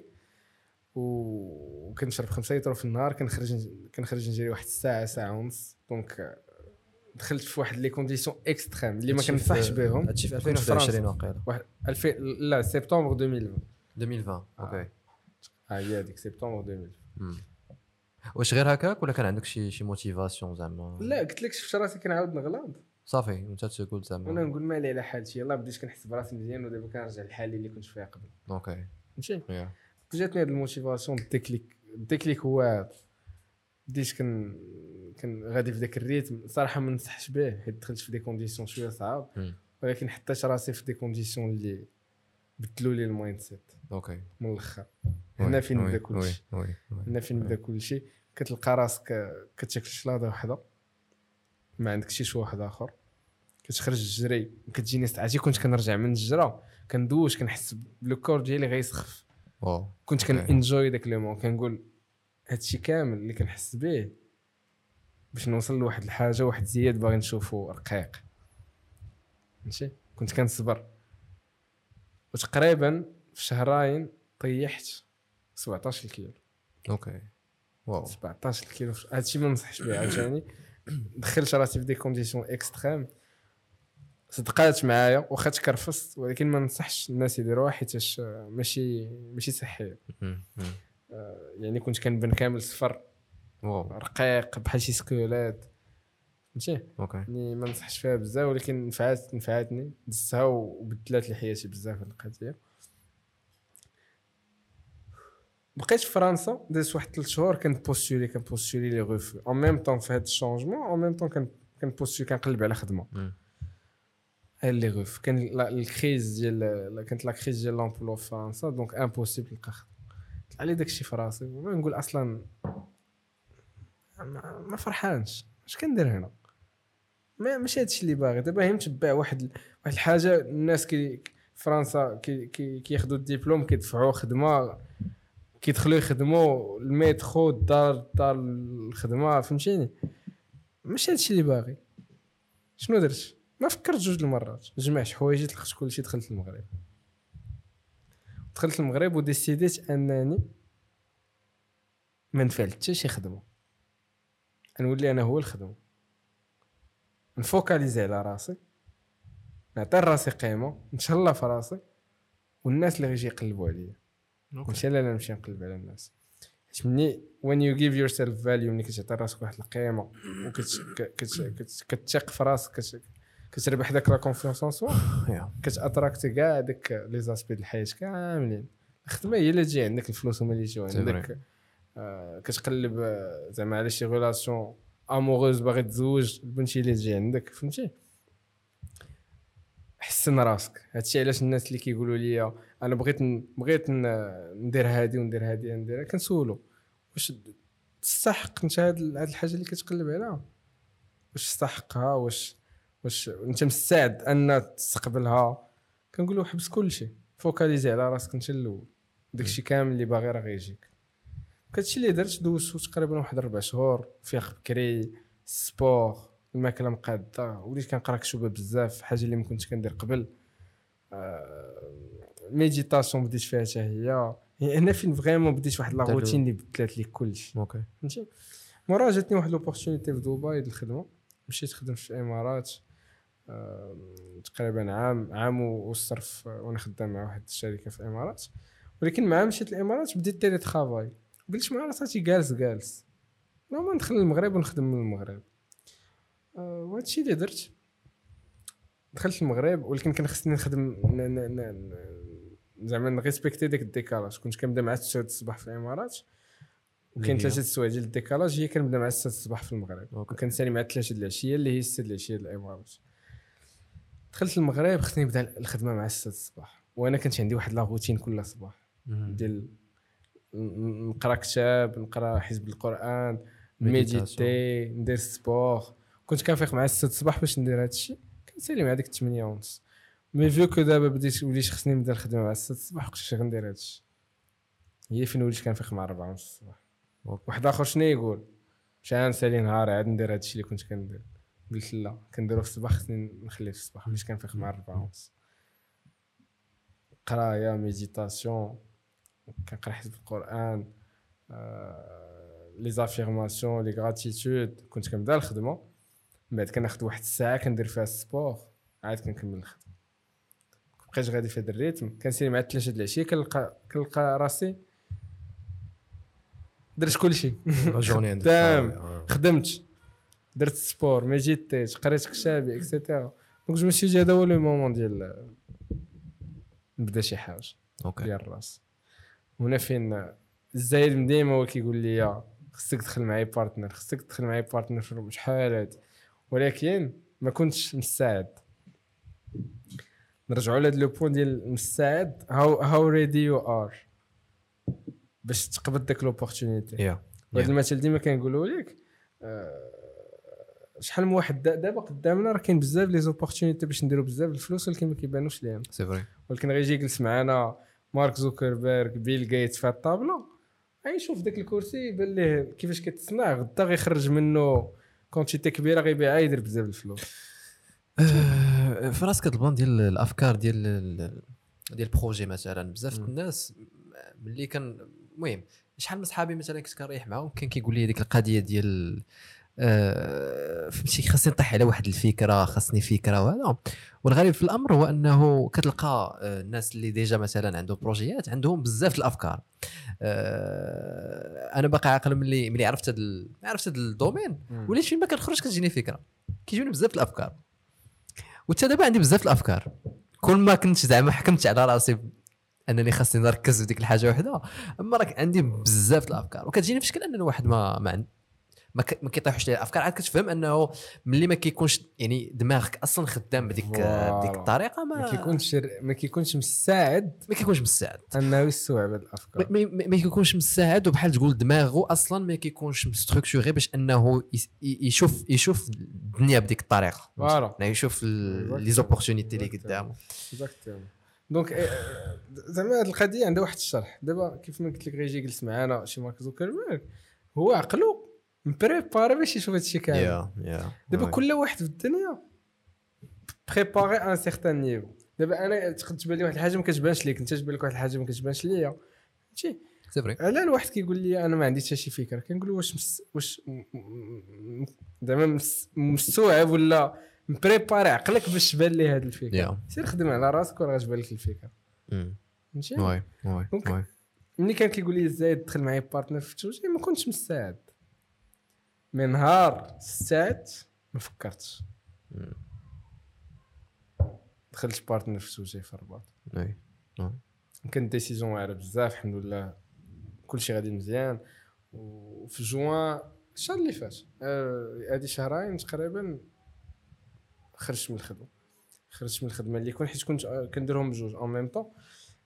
وكنشرب 5 لتر في النهار. كنخرج نجري واحد ساعه ونص. دونك دخلت في واحد لي كونديسيون اكستريم اللي ما كنصحش بهم. هادشي في 2021 واقيلا واحد 2000 لا سبتمبر 2020 اوكي هي هذيك سبتمبر 2020. واش غير هكاك ولا كان عندك شي موتيفاسيون زعما؟ لا قلت لك شفت راسي كنعاود نغلط صافي انت تقول زعما انا نقول مالي على حالتي يلاه بديت كنحس براسي مزيان ودابا كنرجع لحالي اللي كنت فيها قبل. اوكي ماشي جاتني هاد الموتيفاسيون الديكليك هو بديت كان غادي في داك الريتم صراحه ما نصحش به حيت دخلت في دي كونديسيون شويه صعاب ولكن حطيت راسي في دي كونديسيون اللي بدلوا لي المايند سيت. اوكي من الاخر هنا فين بدا كلشي. هنا فين بدا كلشي. كتلقى راسك كتاكل شلاضه وحده ما عندك شي واحد اخر كتخرج تجري كتجيني ساعتي كنت كنرجع من الجره كندوش كنحس بلو كور ديالي غيسخف. كنت كنانجوي داك لو مون كنقول هادشي كامل اللي كنحس به باش نوصل لواحد الحاجه واحد زياد باغي نشوفو رقيق. ماشي كنت كنصبر وتقريبا في شهرين طيحت 17 كيلو. اوكي واو 17 كيلو هادشي ما نصحش به عاوتاني. دخلت راسي في دي كونديسيون اكستريم صدقات معايا واخا تكرفست ولكن ما نصحش الناس يديروها حيت ماشي صحيه. يعني كنت كنبان كامل صفر رقيق بحال شي سكولات فهمتي. يعني ما نصحش فيها بزاف ولكن نفعتني دزتها وبدلات لي حياتي بزاف هاد القضيه. بقيت في فرنسا دازت واحد 3 شهور كنبوستولي لي غوف اون ميم طون في هاد الشونجمون اون ميم طون كنبوستولي كنقلب على خدمه. لي غوف كان الكريز ديال كانت لا كريز ديال لامبلو في فرنسا دونك امبوسيبل نلقى خدمه. طلع لي داكشي في راسي ونقول اصلا ما فرحانش اش كندير هنا ماشي هادشي اللي باغي. دابا هم تبع واحد الحاجه الناس في فرنسا كياخذوا الدبلوم كيدفعوا خدمه كيدخلوا يخدموا الميترو الدار الخدمه فهمتيني. ماشي هادشي اللي باغي. شنو درت؟ ما فكرت 2 المرات جمعت حوايجي لقيت كلشي دخلت المغرب وديسيديت انني ما نفعل حتى شي خدمه نولي انا هو الخدمه نفوكاليزي على راسي نعطي راسي قيمه نتهلا في راسي والناس اللي غيجي يقلبوا عليا ماشي انا نمشي نقلب على الناس. حيت مني when you give yourself value ملي كتعطي راسك واحد القيمه كتثق في راسك كتربح داك لا كونفيونس ان سوا كتاتراكتي كاع داك لي زاسبي د الحياه كاملين. الخدمه هي اللي تجي عندك الفلوس هما اللي يجيو عندك. كتقلب زعما على شي ريلاسيون اموغوز باغي تزوج البنتي اللي تجي عندك فهمتي. حسن راسك. هادشي علاش الناس اللي كيقولوا لي انا بغيت ندير هادي وندير هادي نديرها كنسولو واش تستحق انت هاد الحاجه اللي كتقلب عليها واش تستحقها واش انت مستعد ان تستقبلها. كنقولوا حبس كلشي فوكاليزي على راسك انت الاول داكشي كامل اللي باغي راه غيجيك. كلشي اللي درت دوزت تقريبا واحد 4 شهور فيق بكري سبور الماكله مقاده وليت كنقرا كتب بزاف حاجه اللي ما كنتش كندير قبل. ميديتاسيون بديت فيها حتى هي. هنا فين فريمون بديت واحد لا روتين اللي بدلات لي كلشي. فهمتي. مورا جاتني واحد لوبورتونيتي في دبي ديال الخدمه مشيت خدمت في الامارات تقريبا عام والصرف وانا خدام مع واحد الشركه في الامارات. ولكن مع مشيت الامارات بديت تيلي ترافاي قلت مع راسي جالس ما ندخل للمغرب ونخدم من المغرب. وهادشي اللي درت دخلت المغرب ولكن كان خصني نخدم زعما نريسبكتي داك الديكالاج. كنت كنبدا مع 9 الصباح في الامارات وكاين 3 السوايع ديال الديكالاج هي كنبدا مع 6 الصباح في المغرب وكنسالي مع 3 العشيه اللي هي 6 العشيه ديال الامارات. دخلت المغرب خصني نبدا الخدمه مع 6 الصباح وانا كنت عندي واحد لا روتين كل صباح ديال نقرا كتاب، نقرا حزب القران، ميديتي، ندير سبور. كنت كنفيق مع 6 الصباح باش ندير هذا الشيء، كنسالي مع ديك 8:30. مي فيو كو دابا وليت خصني نبدا الخدمه مع 6 الصباح، وقتاش غندير هذا الشيء؟ هي فين وليت كنفيق مع 4:30 الصباح. واحد اخر شنو يقول؟ شحال نسالي نهار عاد ندير هذا الشيء اللي كنت كندير. قلت لا، كنديرو في الصباح، خصني نخليه في الصباح، وليت كنفيق مع 4:30. قرايه، ميديتاسيون، كنقرا حزب القران، لي زافيرماسيون، لي غراتيتود. كنت كنبدا الخدمه، من بعد كناخذ واحد الساعه كندير فيها السبور، عاد كنكمل الخدمه. بقيت غادي في هذا الريتم، كنسير مع 3 د العشيه، كنلقى راسي درت كلشي. خدمت، درت سبور، ميديتيت، قريت كتابي اكسيتيرا. دونك جو مشي هذا هو لو مومون ديال نبدا شي حاجه ديال الراس. هنا فين الزايد ديما هو كيقول لي خصك تدخل معايا بارتنر، خصك تدخل معايا بارتنر في شحال هادي، ولكن ما كنتش مستعد. نرجعوا لهاد لو بوين ديال مستعد. هاو ريدي يو ار باش تقبل داك لوبورتونيتي. هذا المثل ديما كنقولوا لك. شحال من واحد دابا قدامنا راه كاين بزاف لي زوبورتونيتي باش نديروا بزاف الفلوس، ولكن ما كيبانوش ليهم. سي فري. ولكن غيجي يجلس معنا مارك زوكربيرغ، بيل غيتس في الطابله، غيشوف داك الكرسي يبان ليه كيفاش كتصنع، غدا غيخرج منه كونتيتي كبيره، غيبيعها يدير بزاف الفلوس. في راسك البلان ديال الافكار ديال البروجي مثلا. بزاف الناس ملي كان المهم شحال من صحابي مثلا كنت كنريح معاهم، كان كيقول لي ديك القضيه ديال فهمتي خاصني نطيح على واحد الفكره، خاصني فكره وهذا. والغريب في الامر هو انه كتلقى الناس اللي ديجا مثلا عندهم بروجيات عندهم بزاف الافكار. انا باقي عاقل ملي عرفت هذا الدومين، وليت فين ما كنخرج كتجيني فكره، كيجوني بزاف الافكار. وحتى دابا عندي بزاف الافكار، كل ما كنت زعما حكمت على راسي انني خاصني نركز في ديك الحاجه وحده، اما راك عندي بزاف الافكار. وكتجيني في شكل ان الواحد ما كيطيحوش ليه الافكار. عاد كتفهم انه ملي ما كيكونش يعني دماغك اصلا خدام بديك الطريقه، ما كيكونش مساعد انه يستوعب هاد الافكار، ما كيكونش مساعد. وبحال تقول دماغه اصلا ما كيكونش مستركتوري باش انه يشوف الدنيا بديك الطريقه، يشوف لي زوبورتونيتي اللي قدامه. دونك زعما هاد القضيه عندها واحد الشرح. دابا كيف ما قلت لك غيجي يجلس معنا شي مارك زوكربيرغ، هو عقلو مبريباري باش يشوف هادشي كامل. دابا كل واحد في الدنيا بريباري ان سيغتان نيفو. دابا انا تبان لي واحد الحاجه ما كتبانش ليك، انت تبان لك واحد الحاجه ما كتبانش ليا، فهمتي؟ سي فري. على الواحد كيقول لي انا ما عنديش حتى شي فكره، كنقول له واش زعما مستوعب ولا مبريباري عقلك باش تبان لي هاد الفكره؟ سير خدم على راسك وراه غتبان لك الفكره. فهمتي؟ وي ملي كان كيقول لي زايد دخل معايا بارتنر في التوجيه، ما كنتش مستعد. من نهار استعدت ما فكرتش، دخلت بارتنر في التوجيه في الرباط. كانت ديسيجن واعره بزاف، الحمد لله كلشي غادي مزيان. وفي جوان الشهر اللي فات، هادي شهرين تقريبا، خرجت من الخدمه اللي كنت، حيت كنت كنديرهم بجوج اون ميم طون.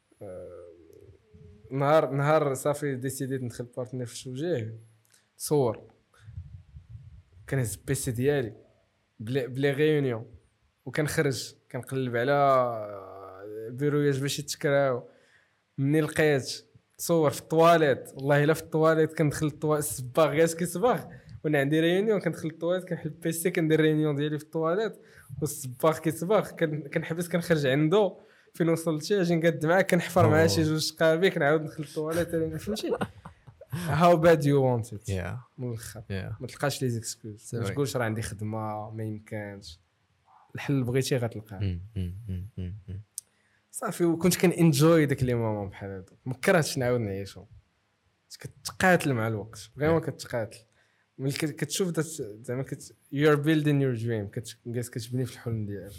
نهار صافي ديسيديت ندخل بارتنر في التوجيه، تصور كنهز البيسي ديالي بلي غيونيون، وكنخرج كنقلب على بيروياج باش يتكراو. مني لقيت تصور في الطواليت، والله الا في الطواليت كندخل الطواليت الصباغ غاس كيصباغ، وانا عندي ريونيون كندخل الطواليت كنحل البيسي كندير ريونيون ديالي في الطواليت، والصباغ كيصباغ كنحبس كنخرج عنده. فين وصلت اجي نقاد معاه كنحفر معاه شي جوج قابي كنعاود ندخل الطواليت. فهمتي هاو باد يو وونت ات من الاخر. ما تلقاش لي زيكسكوز، ما تقولش راه عندي خدمه ما يمكنش. الحل اللي بغيتيه غتلقاه صافي. وكنت كنانجوي داك لي مومون بحال هادو، ما كرهتش نعاود نعيشهم. كتقاتل مع الوقت، فريمون كتقاتل. ملي كتشوف زعما يو ار بيلدين يور دريم، كتبني في الحلم ديالك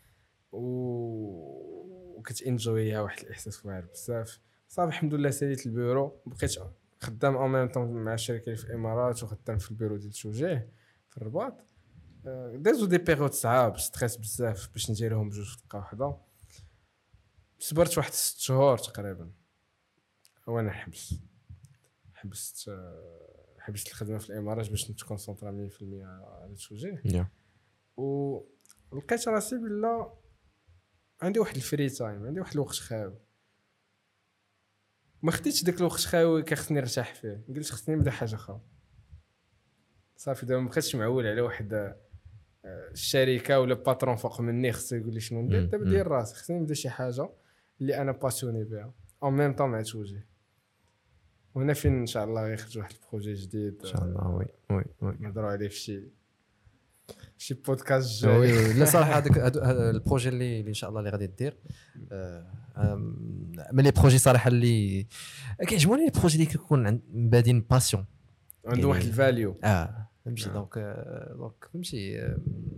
وكتانجويها. واحد الاحساس واعر بزاف. صافي الحمد لله ساليت البيرو، بقيت خدام اون ميم طون مع الشركه اللي في الامارات، وخدام في البيرو ديال التوجيه في الرباط. دازو دي بيريود صعاب، ستريس بزاف باش نديرهم بجوج في دقه واحده. صبرت واحد 6 شهور تقريبا وانا نحبس. حبست الخدمه في الامارات باش نتكونسونطرا 100% على التوجيه. ولقيت راسي بلا عندي واحد الفري تايم، عندي واحد الوقت خاوي، ما خديتش داك الوقت خاوي كخصني نرتاح فيه، قلت خصني نبدا حاجه اخرى صافي. دابا ما بقيتش معول على واحد الشركه ولا باترون فوق مني خصو يقول لي شنو ندير. دابا ديال راسي خصني نبدا شي حاجه اللي انا باسيوني بها او ميم طون مع التوجيه. وهنا فين ان شاء الله غيخرج واحد البروجي جديد ان شاء الله. وي نهضروا عليه في شي بودكاست جاي. لا صراحه هذاك البروجي اللي ان شاء الله اللي غادي دير من لي بروجي صراحه اللي كيعجبوني، لي بروجي اللي كيكون بادين باسيون، عنده واحد الفاليو. فهمتي. دونك فهمتي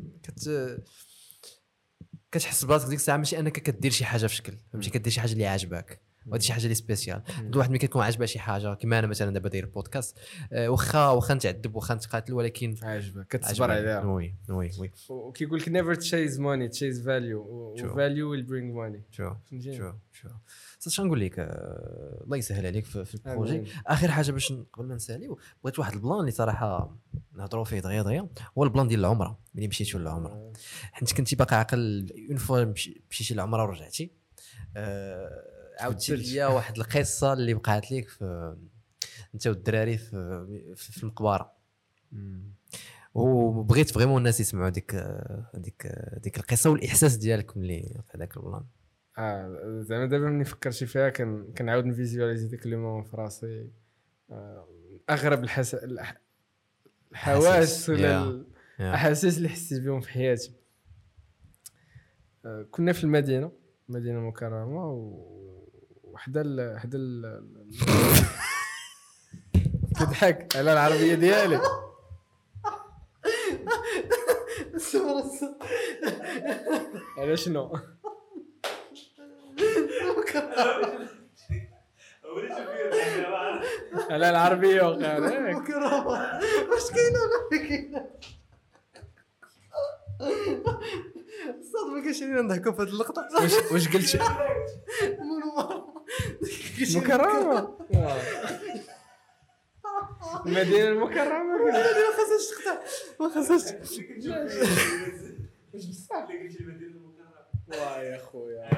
كتحس براسك ديك الساعه ماشي انك كدير شي حاجه في شكل، فهمتي، كدير شي حاجه اللي عاجباك وهذه شي حاجه اللي سبيسيال. واحد ملي كيكون عاجبها شي حاجه كيما انا مثلا دابا داير بودكاست، واخا نتعذب واخا نتقاتل ولكن عاجبك كتصبر عليها. وي وكيقول لك never chase money chase value value will bring money. شو صافي نقول لك الله يسهل عليك في البروجي. اخر حاجه باش قبل ما نساليو، بغيت واحد البلان اللي صراحه نهضروا فيه دغيا هو البلان ديال العمره. ملي مشيتوا للعمره حيت كنتي باقي عاقل اون فوا مشيتي للعمره ورجعتي، عاودتي ليا واحد القصه اللي وقعت لك في انت والدراري في المقبره، وبغيت فريمون الناس يسمعوا ديك القصه والاحساس ديالكم اللي في هذاك البلان. زعما دابا ملي فكرتي فيها كنعاود نفيزواليزي ديك لو مون في راسي. اغرب الحواس ولا الاحاسيس اللي حسيت بهم في حياتي. كنا في المدينه المكرمه وحدا تضحك على العربيه ديالي. على شنو؟ على العربيه وقال واش كاينه ولا كاينه؟ صدق كاينش اللي نضحكوا في هذه اللقطه. واش قلت؟ مكرمه المدينه المكرمه ما خصهاش واش بصح اللي قلتي المدينه المكرمه. واه يا خويا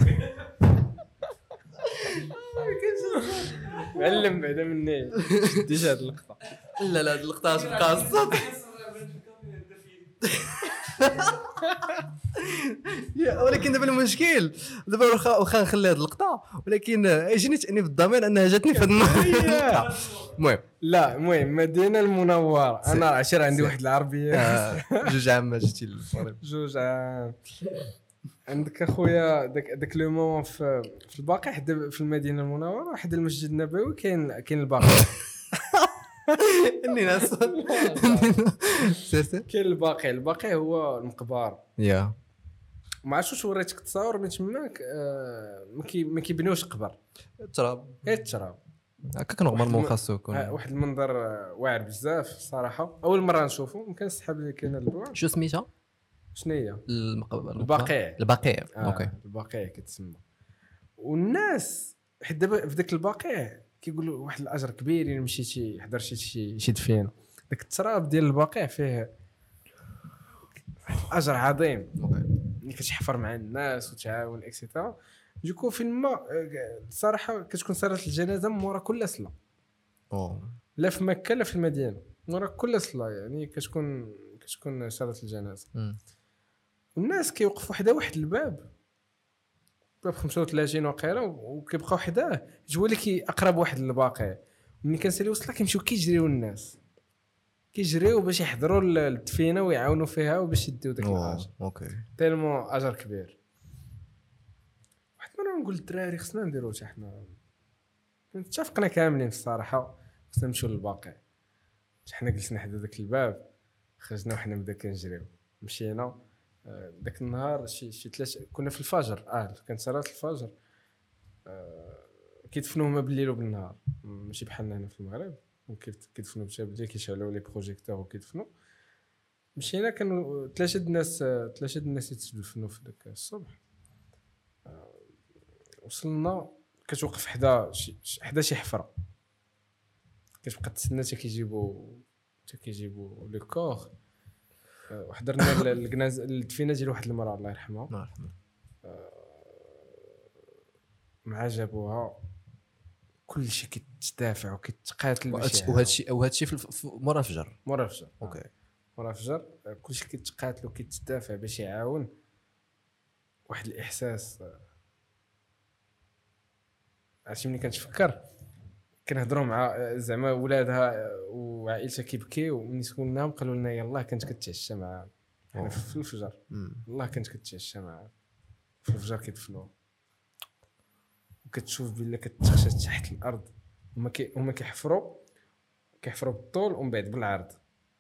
معلم بعدا مني شديت هاد اللقطه. لا هاد اللقطه تبقى الصوت ولكن دابا المشكل دابا واخا نخلي هاد اللقطه، ولكن يجيني تاني في الضمير انها جاتني في هاد المهم مدينه المنوره. انا عشير عندي واحد العربيه جوج عام ما جيتي للمغرب، جوج عام عندك اخويا. داك لو مومون في الباقي حدا في المدينه المنوره، واحد المسجد النبوي كاين الباقي اني ناس كاين الباقي هو المقبار. ما عرفتش واش وريتك التصاور من تماك. ما كيبنيوش قبر، التراب هكاك نورمالمون خاصو يكون واحد المنظر واعر بزاف صراحه. اول مره نشوفو، يمكن السحاب اللي كاينه للبعد. شو سميتها؟ شنو هي؟ البقيع. اوكي البقيع كتسمى. والناس حيت دابا في داك البقيع كيقولوا واحد الاجر كبير الا مشيتي حضرتي شي دفين. داك التراب ديال البقيع فيه اجر عظيم. ملي كتحفر مع الناس وتعاون اكسيتيرا. دوكو فين ما الصراحه كتكون صلاه الجنازه مورا كل صلاه، لا في مكه لا في المدينه، مورا كل صلاه يعني كتكون صلاه الجنازه. والناس كيوقفوا حدا واحد الباب 35 وقيله وكيبقاو حداه جوا لك اقرب واحد للباقي. ملي كنسالي وصله كيمشيو كيجريو الناس كيجريو باش يحضروا الدفينه ويعاونوا فيها وباش يديو داك الاجر. اوكي تالمو اجر كبير. واحد المره نقول للدراري خصنا نديرو حتى حنا، اتفقنا كاملين الصراحه خصنا نمشيو للباقي. حنا جلسنا حدا داك الباب، خرجنا وحنا بدا كنجريو. مشينا داك النهار شي 3 كنا في الفجر. كانت صلاه الفجر. كيدفنوه ما بالليل وبالنهار، ماشي بحالنا هنا في المغرب كيدفنوا بتا بالليل، كيشعلوا لي بروجيكتور وكيدفنوا. مشينا كانوا 3 الناس يتدفنوا في داك الصبح. وصلنا كتوقف حدا شي حفره كتبقى تسنى حتى كيجيبوا لو كور. وحضرنا الكناز الدفينه ديال واحد المراه الله يرحمها، الله يرحمه. مع جابوها كلشي كيتدافع وكيتقاتل وهادشي في مورا الفجر. اوكي مورا الفجر كلشي كيتقاتل وكيتدافع باش يعاون. واحد الاحساس عرفتي ملي كنتفكر كنهضروا مع زعما ولادها وعائلتها كيبكيو وملي سولناهم قالوا لنا يلاه كنت كتعشى معاهم حنا في الفجر. والله كنت كتعشى معاهم في الفجر كيدفنوا وكتشوف بلا كتخشى تحت الارض. هما كيحفروا بالطول ومن بعد بالعرض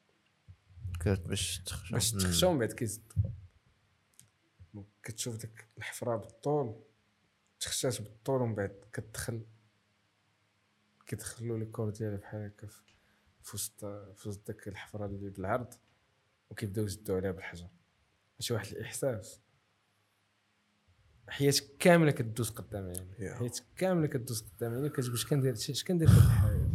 باش تخشى ومن بعد كيزدوا. كتشوف ديك الحفره بالطول تخشات بالطول ومن بعد كيدخلوا لي كور ديالها بحال هكا في وسط داك الحفره اللي بالعرض وكيبداو يزدوا عليها بالحجر. ماشي واحد الاحساس حياتك كامله كدوز قدام عيني، حياتك كامله كدوز قدام عيني كتقول اش كندير في هاد الحياه،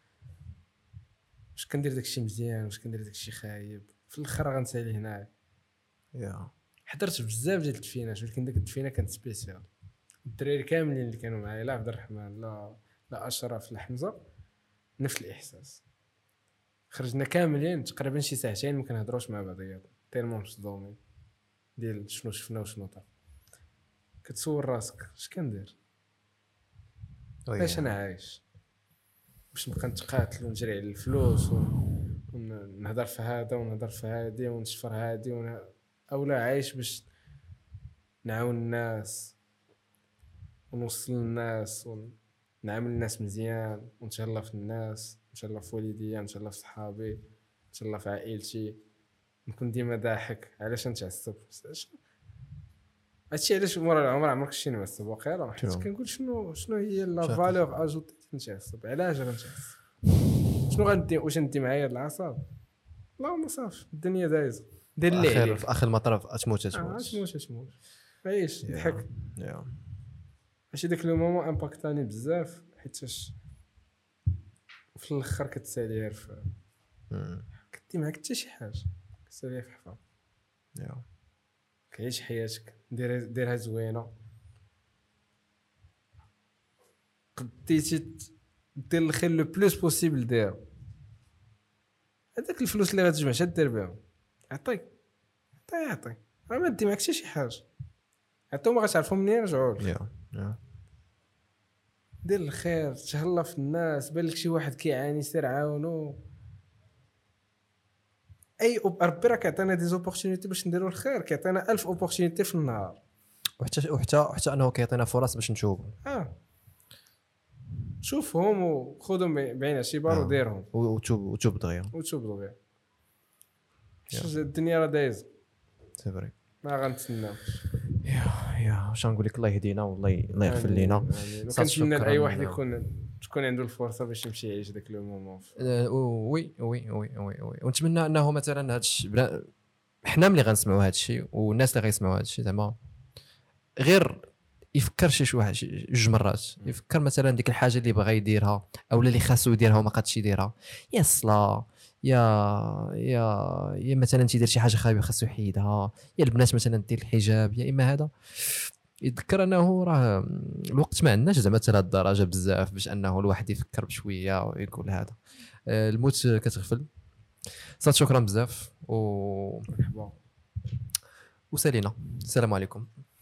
واش كندير داكشي مزيان واش كندير داكشي خايب. في الاخر غنسالي هنا. حضرت بزاف ديال الدفينات ولكن ديك الدفينه كانت سبيسيال. الدراري كاملين اللي كانوا معايا لا عبد الرحمن لا اشرف لا حمزه نفس الاحساس. خرجنا كاملين تقريبا شي ساعتين ما كنهضروش مع بعضياتنا تيرمون مصدومين ديال شنو شفنا وشنو طرا. كتصور راسك اش كندير باش انا عايش، باش نبقى نتقاتل ونجري على الفلوس ونهضر في هذا ونهضر في هذه ونشفر هذه اولا عايش باش نعاون الناس ونوصل للناس ونعامل الناس مزيان ونتهلا في الناس، نتهلا في والديا، نتهلا في صحابي، نتهلا في عائلتي، نكون ديما ضاحك. علاش نتعصب؟ هادشي علاش مورا العمر عمرك شي نعصب واقيلا حيت كنقول شنو هي لا فالور اجوتي نتعصب. علاش غنتعصب؟ شنو غندي؟ واش ندي معايا الاعصاب؟ لا ما صافي الدنيا دايزه دير اللي عليك في اخر المطاف تموت عيش ضحك. ماشي داك لو مومون امباكتاني بزاف حيتاش في الاخر كتساليها في كدي معاك حتى شي حاجه كتساليها في حفاظ. كعيش حياتك ديرها زوينه. قديتي دير الخير لو بلوس بوسيبل ديرو. هذاك الفلوس اللي غتجمع اش دير بهم؟ عطي راه ما دي معاك حتى شي حاجه. عطيهم ما غتعرفوا منين يرجعوا لك. دير الخير تهلا في الناس. بالك شي واحد كيعاني سير عاونو. ربي راه كيعطينا دي زوبورتونيتي باش نديرو الخير، كيعطينا 1000 اوبورتونيتي في النهار وحتى انه كيعطينا فرص باش نشوفوا. شوفهم وخذهم بعين الاعتبار وديرهم وتوب دغيا. الدنيا راه دايزه سي فري ما غنتسناو. واش غنقول لك؟ الله يهدينا والله يغفر لينا. كنتمنى لاي واحد تكون عنده الفرصه باش يمشي يعيش داك لو مومون. وي ونتمنى انه مثلا هادشي حنا ملي غنسمعوا هادشي والناس اللي غيسمعوا هادشي زعما غير يفكر شي واحد جوج مرات، يفكر مثلا ديك الحاجه اللي بغى يديرها او اللي خاصو يديرها وما قادش يديرها، يا الصلاه يا مثلا تيدير شي حاجه خايبه خاصو يحيدها، يا البنات مثلا دير الحجاب، يا اما هذا يذكر انه راه الوقت ما عندناش زعما حتى لهاد الدرجه بزاف باش انه الواحد يفكر بشويه ويقول هذا. الموت كتغفل. صافي شكرا بزاف مرحبا وسالينا. السلام عليكم.